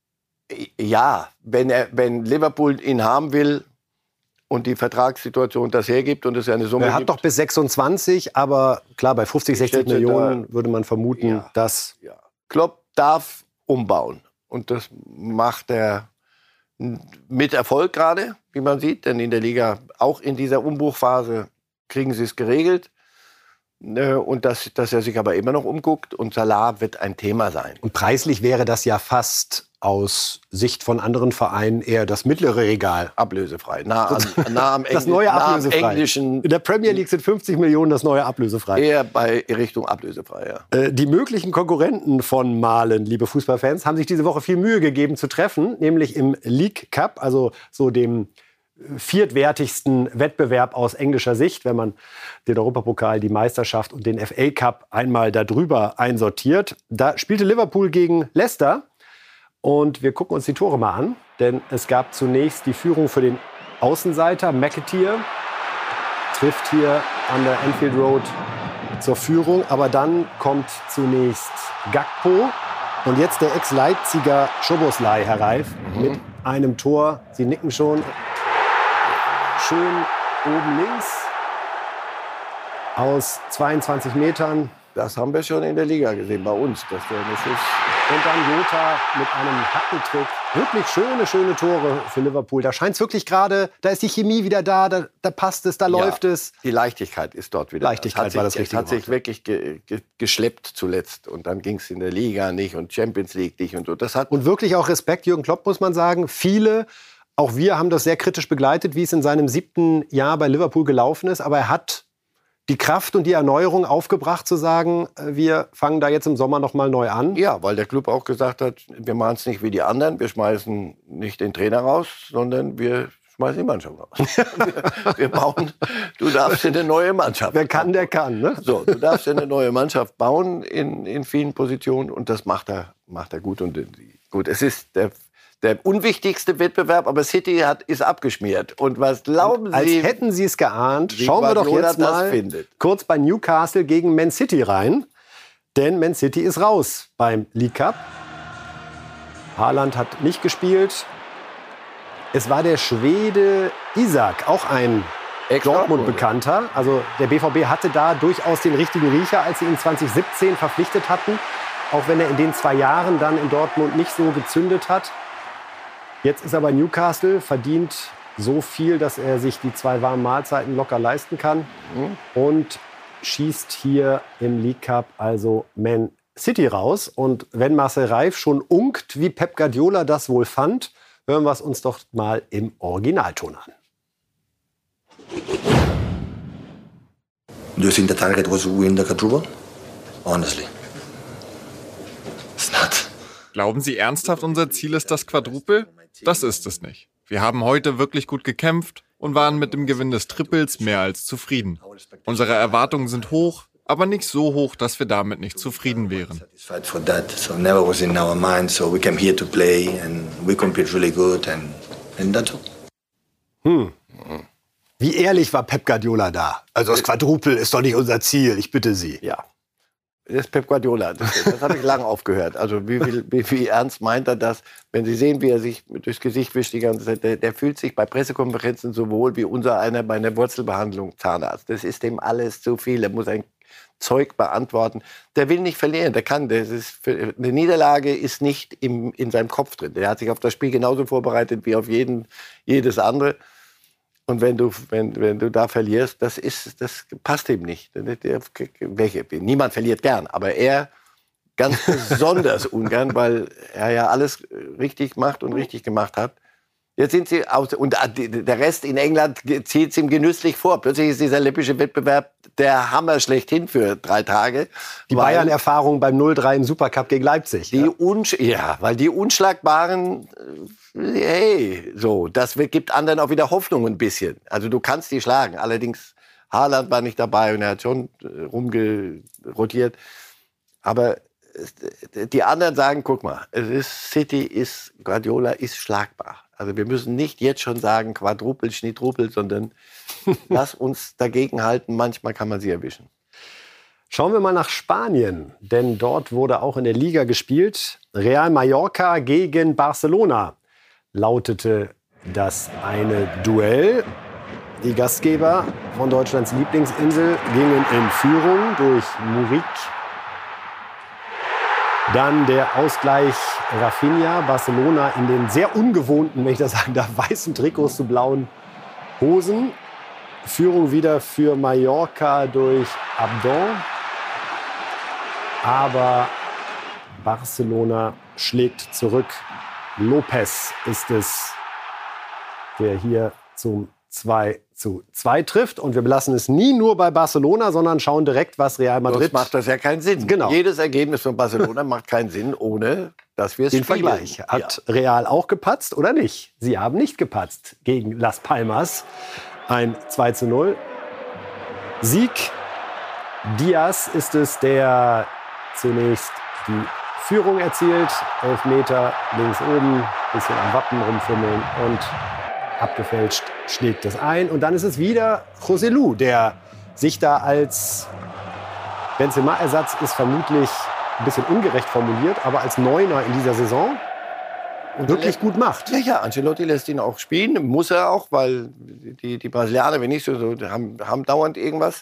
ja, wenn, er, wenn Liverpool ihn haben will und die Vertragssituation das hergibt und es ja eine Summe er hat gibt. Doch bis sechsundzwanzig, aber klar, bei fünfzig, sechzig Millionen da, würde man vermuten, ja, dass... Ja. Klopp darf umbauen und das macht er mit Erfolg gerade, wie man sieht, denn in der Liga, auch in dieser Umbruchphase, kriegen sie es geregelt. Und dass, dass er sich aber immer noch umguckt und Salah wird ein Thema sein. Und preislich wäre das ja fast aus Sicht von anderen Vereinen eher das mittlere Regal. Ablösefrei. Nah, an, nah am, das neue nah ablösefrei. am englischen. In der Premier League sind fünfzig Millionen das neue ablösefrei. Eher bei Richtung ablösefrei, ja. Äh, die möglichen Konkurrenten von Malen, liebe Fußballfans, haben sich diese Woche viel Mühe gegeben zu treffen, nämlich im League Cup, also so dem viertwertigsten Wettbewerb aus englischer Sicht, wenn man den Europapokal, die Meisterschaft und den F A Cup einmal darüber einsortiert. Da spielte Liverpool gegen Leicester und wir gucken uns die Tore mal an, denn es gab zunächst die Führung für den Außenseiter. McAteer trifft hier an der Anfield Road zur Führung, aber dann kommt zunächst Gakpo und jetzt der Ex-Leipziger Szoboszlai, Herr Reif, mhm. mit einem Tor. Sie nicken schon. Schön oben links aus zweiundzwanzig Metern. Das haben wir schon in der Liga gesehen, bei uns, dass der nicht ist. Und dann Jota mit einem Hackentrick. Wirklich schöne, schöne Tore für Liverpool. Da scheint es wirklich gerade, da ist die Chemie wieder da, da, da passt es, da ja, läuft es. Die Leichtigkeit ist dort wieder. Leichtigkeit da. war das sich, richtige Es hat sich wirklich ge, ge, geschleppt zuletzt. Und dann ging es in der Liga nicht und Champions League nicht und so. Das hat und wirklich auch Respekt, Jürgen Klopp, muss man sagen. Viele... Auch wir haben das sehr kritisch begleitet, wie es in seinem siebten Jahr bei Liverpool gelaufen ist. Aber er hat die Kraft und die Erneuerung aufgebracht, zu sagen, wir fangen da jetzt im Sommer noch mal neu an. Ja, weil der Club auch gesagt hat, wir machen es nicht wie die anderen. Wir schmeißen nicht den Trainer raus, sondern wir schmeißen die Mannschaft raus. wir, wir bauen, du darfst eine neue Mannschaft Wer kann, der kann. Ne? So, du darfst eine neue Mannschaft bauen in, in vielen Positionen. Und das macht er, macht er gut. Und gut, es ist der... Der unwichtigste Wettbewerb, aber City hat, ist abgeschmiert. Und was glauben und als Sie? Als hätten Sie es geahnt, schauen wir doch jetzt mal kurz bei Newcastle gegen Man City rein. Denn Man City ist raus beim League Cup. Haaland hat nicht gespielt. Es war der Schwede Isak, auch ein Dortmund-Bekannter. Also der B V B hatte da durchaus den richtigen Riecher, als sie ihn zwanzig siebzehn verpflichtet hatten. Auch wenn er in den zwei Jahren dann in Dortmund nicht so gezündet hat. Jetzt ist aber Newcastle, verdient so viel, dass er sich die zwei warmen Mahlzeiten locker leisten kann. Mhm. Und schießt hier im League Cup also Man City raus. Und wenn Marcel Reif schon unkt, wie Pep Guardiola das wohl fand, hören wir es uns doch mal im Originalton an. Do you think the target was to win the quadruple? Honestly. It's not. Glauben Sie ernsthaft, unser Ziel ist das Quadruple? Das ist es nicht. Wir haben heute wirklich gut gekämpft und waren mit dem Gewinn des Triples mehr als zufrieden. Unsere Erwartungen sind hoch, aber nicht so hoch, dass wir damit nicht zufrieden wären. Hm. Wie ehrlich war Pep Guardiola da? Also das Quadruple ist doch nicht unser Ziel, ich bitte Sie. Ja, das ist Pep Guardiola. Das, das habe ich lange aufgehört. Also wie, wie, wie, wie ernst meint er das? Wenn Sie sehen, wie er sich durchs Gesicht wischt, die ganze Zeit, der, der fühlt sich bei Pressekonferenzen so wohl wie unser einer bei einer Wurzelbehandlung Zahnarzt. Das ist dem alles zu viel. Er muss ein Zeug beantworten. Der will nicht verlieren. Der kann. Das ist für, eine Niederlage ist nicht im, in seinem Kopf drin. Der hat sich auf das Spiel genauso vorbereitet wie auf jeden, jedes andere. Und wenn du, wenn, wenn du da verlierst, das, ist, das passt ihm nicht. Welche? Niemand verliert gern, aber er ganz besonders ungern, weil er ja alles richtig macht und richtig gemacht hat. Jetzt sind sie aus, und der Rest in England zieht es ihm genüsslich vor. Plötzlich ist dieser läppische Wettbewerb der Hammer schlechthin für drei Tage. Die Bayern-Erfahrung beim null drei im Supercup gegen Leipzig. Die ja. Unsch- ja, weil die Unschlagbaren, hey, so, das gibt anderen auch wieder Hoffnung ein bisschen. Also du kannst die schlagen. Allerdings, Haaland war nicht dabei und er hat schon rumgerotiert. Aber die anderen sagen, guck mal, es ist, City ist, Guardiola ist schlagbar. Also wir müssen nicht jetzt schon sagen, Quadrupel, Schnittruppel, sondern lass uns dagegen halten. Manchmal kann man sie erwischen. Schauen wir mal nach Spanien, denn dort wurde auch in der Liga gespielt. Real Mallorca gegen Barcelona lautete das eine Duell. Die Gastgeber von Deutschlands Lieblingsinsel gingen in Führung durch Murik. Dann der Ausgleich Rafinha, Barcelona in den sehr ungewohnten, wenn ich das sagen darf, weißen Trikots zu blauen Hosen. Führung wieder für Mallorca durch Abdon. Aber Barcelona schlägt zurück. Lopez ist es, der hier zum zwei zu zwei trifft. Und wir belassen es nie nur bei Barcelona, sondern schauen direkt, was Real Madrid... Sonst macht das ja keinen Sinn. Genau. Jedes Ergebnis von Barcelona macht keinen Sinn, ohne dass wir es Den spielen. Vergleich. Hat ja. Real auch gepatzt oder nicht? Sie haben nicht gepatzt gegen Las Palmas. Ein zwei zu null. Sieg. Diaz ist es, der zunächst die Führung erzielt. Elf Meter links oben, bisschen am Wappen rumfummeln und abgefälscht schlägt das ein. Und dann ist es wieder José Lu, der sich da als Benzema-Ersatz ist vermutlich ein bisschen ungerecht formuliert, aber als Neuner in dieser Saison und wirklich gut macht. Ja, ja, Ancelotti lässt ihn auch spielen, muss er auch, weil die, die Brasilianer, wenn nicht so, so haben, haben dauernd irgendwas.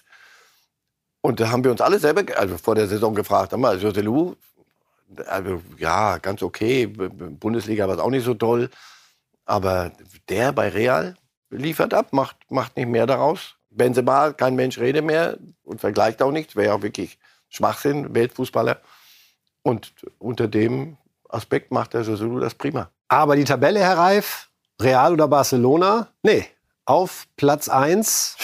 Und da haben wir uns alle selber, also vor der Saison gefragt, haben wir, also José Lu, also ja, ganz okay, Bundesliga war es auch nicht so toll, aber der bei Real liefert ab, macht, macht nicht mehr daraus. Benzema, kein Mensch rede mehr und vergleicht auch nichts, wäre auch wirklich Schwachsinn, Weltfußballer. Und unter dem Aspekt macht der José Lu das prima. Aber die Tabelle, Herr Reif, Real oder Barcelona? Nee, auf Platz eins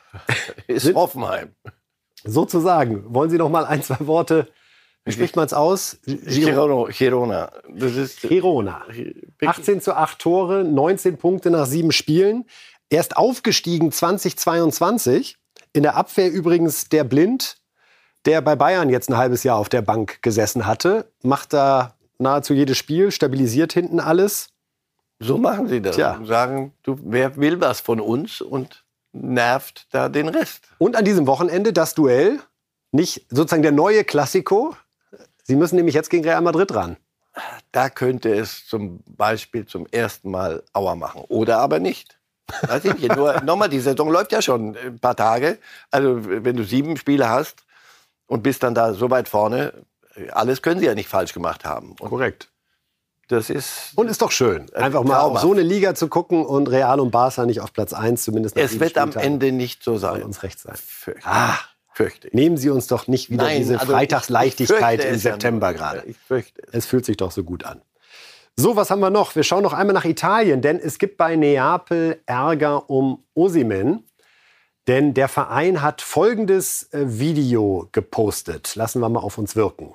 ist Hoffenheim. Sozusagen. Wollen Sie noch mal ein, zwei Worte, wie spricht man es aus? Girona. Girona. Das ist Girona. achtzehn zu acht Tore, neunzehn Punkte nach sieben Spielen. Erst aufgestiegen zweitausendzweiundzwanzig. In der Abwehr übrigens der Blind, der bei Bayern jetzt ein halbes Jahr auf der Bank gesessen hatte. Macht da nahezu jedes Spiel, stabilisiert hinten alles. So machen sie das. Tja. Sagen, du, wer will was von uns und nervt da den Rest. Und an diesem Wochenende das Duell, nicht sozusagen der neue Klassiko. Sie müssen nämlich jetzt gegen Real Madrid ran. Da könnte es zum Beispiel zum ersten Mal Aua machen. Oder aber nicht. Weiß ich nicht. Nur, nochmal, die Saison läuft ja schon ein paar Tage. Also wenn du sieben Spiele hast und bist dann da so weit vorne, alles können sie ja nicht falsch gemacht haben. Und korrekt. Das ist und ist doch schön, einfach mal auf so eine Liga zu gucken und Real und Barca nicht auf Platz eins zumindest. Es wird am Ende nicht so sein. Soll uns recht sein. Ah, Fürchte ich. Nehmen Sie uns doch nicht wieder Nein, diese also Freitagsleichtigkeit ich- ich im fürchte es September ja nur. gerade. Ich fürchte es. Es fühlt sich doch so gut an. So, was haben wir noch? Wir schauen noch einmal nach Italien, denn es gibt bei Neapel Ärger um Osimhen. Denn der Verein hat folgendes äh, Video gepostet. Lassen wir mal auf uns wirken.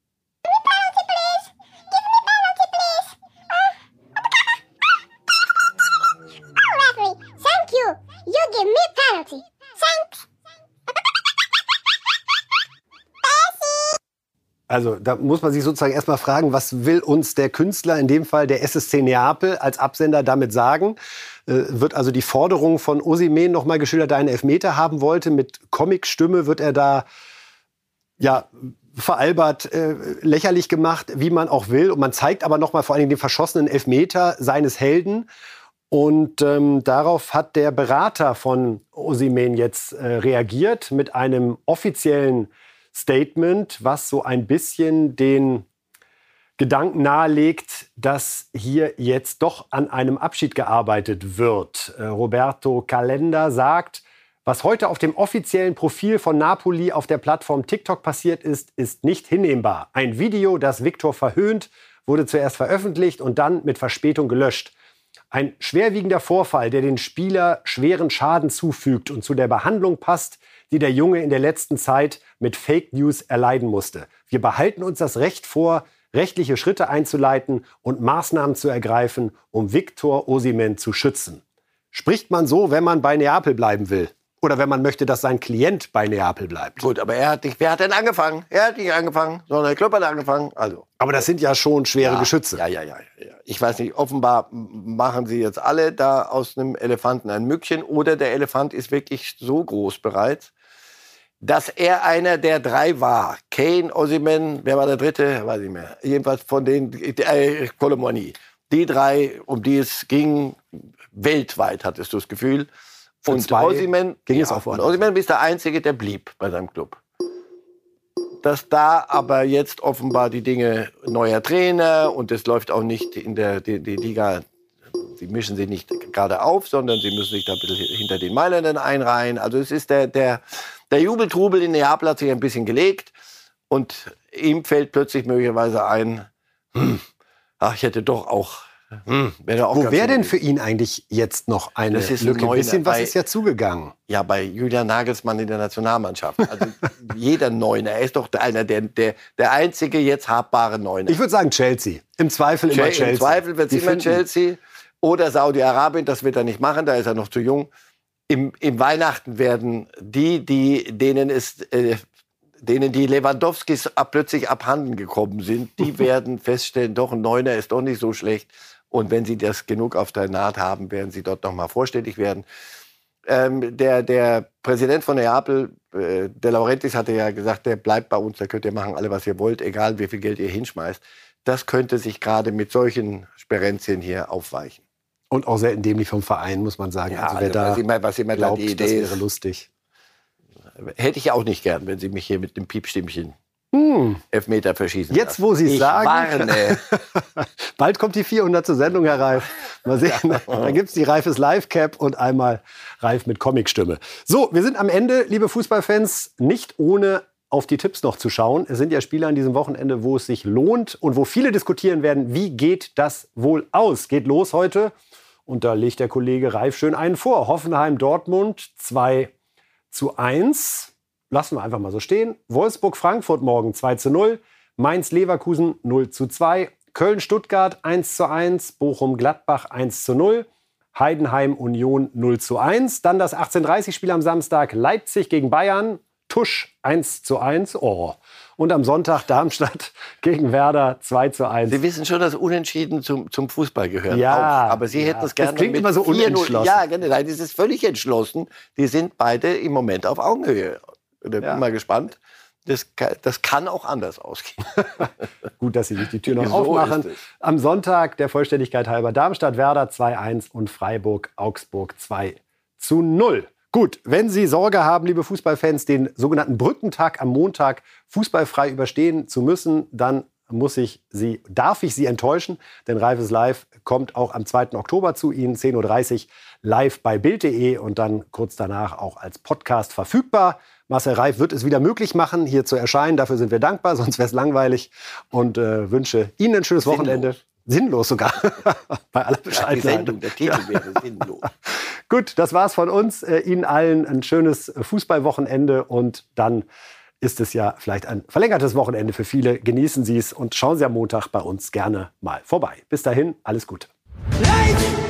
Thank you. You give me penalty. Thanks. Also da muss man sich sozusagen erstmal fragen, was will uns der Künstler, in dem Fall der S S C Neapel, als Absender damit sagen? Äh, wird also die Forderung von Osimhen nochmal geschildert, der einen Elfmeter haben wollte. Mit Comicstimme wird er da ja veralbert, äh, lächerlich gemacht, wie man auch will. Und man zeigt aber nochmal vor allen Dingen den verschossenen Elfmeter seines Helden. Und ähm, darauf hat der Berater von Osimhen jetzt äh, reagiert mit einem offiziellen Statement, was so ein bisschen den Gedanken nahelegt, dass hier jetzt doch an einem Abschied gearbeitet wird. Äh, Roberto Calenda sagt, was heute auf dem offiziellen Profil von Napoli auf der Plattform TikTok passiert ist, ist nicht hinnehmbar. Ein Video, das Victor verhöhnt, wurde zuerst veröffentlicht und dann mit Verspätung gelöscht. Ein schwerwiegender Vorfall, der den Spieler schweren Schaden zufügt und zu der Behandlung passt, die der Junge in der letzten Zeit mit Fake News erleiden musste. Wir behalten uns das Recht vor, rechtliche Schritte einzuleiten und Maßnahmen zu ergreifen, um Victor Osimhen zu schützen. Spricht man so, wenn man bei Neapel bleiben will? Oder wenn man möchte, dass sein Klient bei Neapel bleibt? Gut, aber er hat nicht, wer hat denn angefangen? Er hat nicht angefangen, sondern der Club hat angefangen. Also. Aber das sind ja schon schwere ja, Geschütze. Ja, ja, ja, ja. Ich weiß nicht, offenbar machen sie jetzt alle da aus einem Elefanten ein Mückchen oder der Elefant ist wirklich so groß bereits, dass er einer der drei war. Kane, Osimhen, wer war der dritte? Weiß ich nicht mehr. Jedenfalls von den, äh, Colomoni. Die drei, um die es ging, weltweit, hattest du das Gefühl. Für Und zwei Osimhen, ging ja, es auch und woanders. Osimhen ist der Einzige, der blieb bei seinem Club. Dass da aber jetzt offenbar die Dinge neuer Trainer und es läuft auch nicht in der die, die Liga, sie mischen sich nicht gerade auf, sondern sie müssen sich da ein bisschen hinter den Mailändern einreihen. Also es ist der, der, der Jubeltrubel in Neapel hat sich ein bisschen gelegt und ihm fällt plötzlich möglicherweise ein, hm, ach, ich hätte doch auch Hm, wäre auch Wo ganz wäre denn gut. für ihn eigentlich jetzt noch eine Das ist ein Lücke? Ein neuer- bisschen was bei- ist ja zugegangen. Ja, bei Julian Nagelsmann in der Nationalmannschaft. Also jeder Neuner. Er ist doch einer der, der, der einzige jetzt habbare Neuner. Ich würde sagen Chelsea. Im Zweifel immer Chelsea. Chelsea. Im Zweifel wird Die es immer finden- Chelsea oder Saudi-Arabien. Das wird er nicht machen, da ist er noch zu jung. Im, im Weihnachten werden die, die denen es... Äh, denen die Lewandowskis ab, plötzlich abhanden gekommen sind, die werden feststellen, doch ein Neuner ist doch nicht so schlecht. Und wenn sie das genug auf der Naht haben, werden sie dort noch mal vorstellig werden. Ähm, der, der Präsident von Neapel, äh, De Laurentiis, hatte ja gesagt, der bleibt bei uns, da könnt ihr machen alle, was ihr wollt, egal wie viel Geld ihr hinschmeißt. Das könnte sich gerade mit solchen Sperenzien hier aufweichen. Und auch sehr dämlich vom Verein, muss man sagen. Ja, also wer also, da was immer, was immer da glaubt, die Idee das wäre ist. lustig. Hätte ich auch nicht gern, wenn sie mich hier mit dem Piepstimmchen Hm. Elfmeter verschießen. Jetzt, lassen. wo Sie es ich sagen. warne. Bald kommt die vierhundertste Sendung, Herr Reif. Mal sehen. Da gibt es die Reifes Live-Cap und einmal Reif mit Comicstimme. So, wir sind am Ende, liebe Fußballfans, nicht ohne auf die Tipps noch zu schauen. Es sind ja Spiele an diesem Wochenende, wo es sich lohnt und wo viele diskutieren werden, wie geht das wohl aus? Geht los heute. Und da legt der Kollege Reif schön einen vor. Hoffenheim-Dortmund zwei zu eins. Lassen wir einfach mal so stehen. Wolfsburg-Frankfurt morgen zwei zu null. Mainz-Leverkusen null zu zwei. Köln-Stuttgart eins zu eins. Bochum-Gladbach eins zu null. Heidenheim-Union null zu eins. Dann das achtzehn Uhr dreißig Spiel am Samstag. Leipzig gegen Bayern. Tusch eins zu eins. Oh. Und am Sonntag Darmstadt gegen Werder zwei zu eins. Sie wissen schon, dass Unentschieden zum, zum Fußball gehört. Ja, auch. Aber Sie ja. hätten es Das gerne klingt mit immer so vier null. unentschlossen. Ja, genau. Nein, das ist völlig entschlossen. Die sind beide im Moment auf Augenhöhe. Ich bin Ja. mal gespannt. Das, kann- das kann auch anders ausgehen. Gut, dass Sie sich die Tür noch So aufmachen. ist es. Am Sonntag, der Vollständigkeit halber, Darmstadt-Werder zwei eins und Freiburg-Augsburg zwei zu null. Gut, wenn Sie Sorge haben, liebe Fußballfans, den sogenannten Brückentag am Montag fußballfrei überstehen zu müssen, dann muss ich Sie, darf ich Sie enttäuschen, denn Reif ist live kommt auch am zweiten Oktober zu Ihnen, zehn Uhr dreißig, live bei Bild punkt de und dann kurz danach auch als Podcast verfügbar. Marcel Reif wird es wieder möglich machen, hier zu erscheinen. Dafür sind wir dankbar, sonst wäre es langweilig. Und äh, wünsche Ihnen ein schönes Wochenende. Sinnlos sogar, bei aller Bescheidenheit. Die Sendung, der Titel wäre sinnlos. Gut, das war's von uns. Äh, Ihnen allen ein schönes Fußballwochenende und dann ist es ja vielleicht ein verlängertes Wochenende für viele. Genießen Sie es und schauen Sie am Montag bei uns gerne mal vorbei. Bis dahin, alles Gute. Life!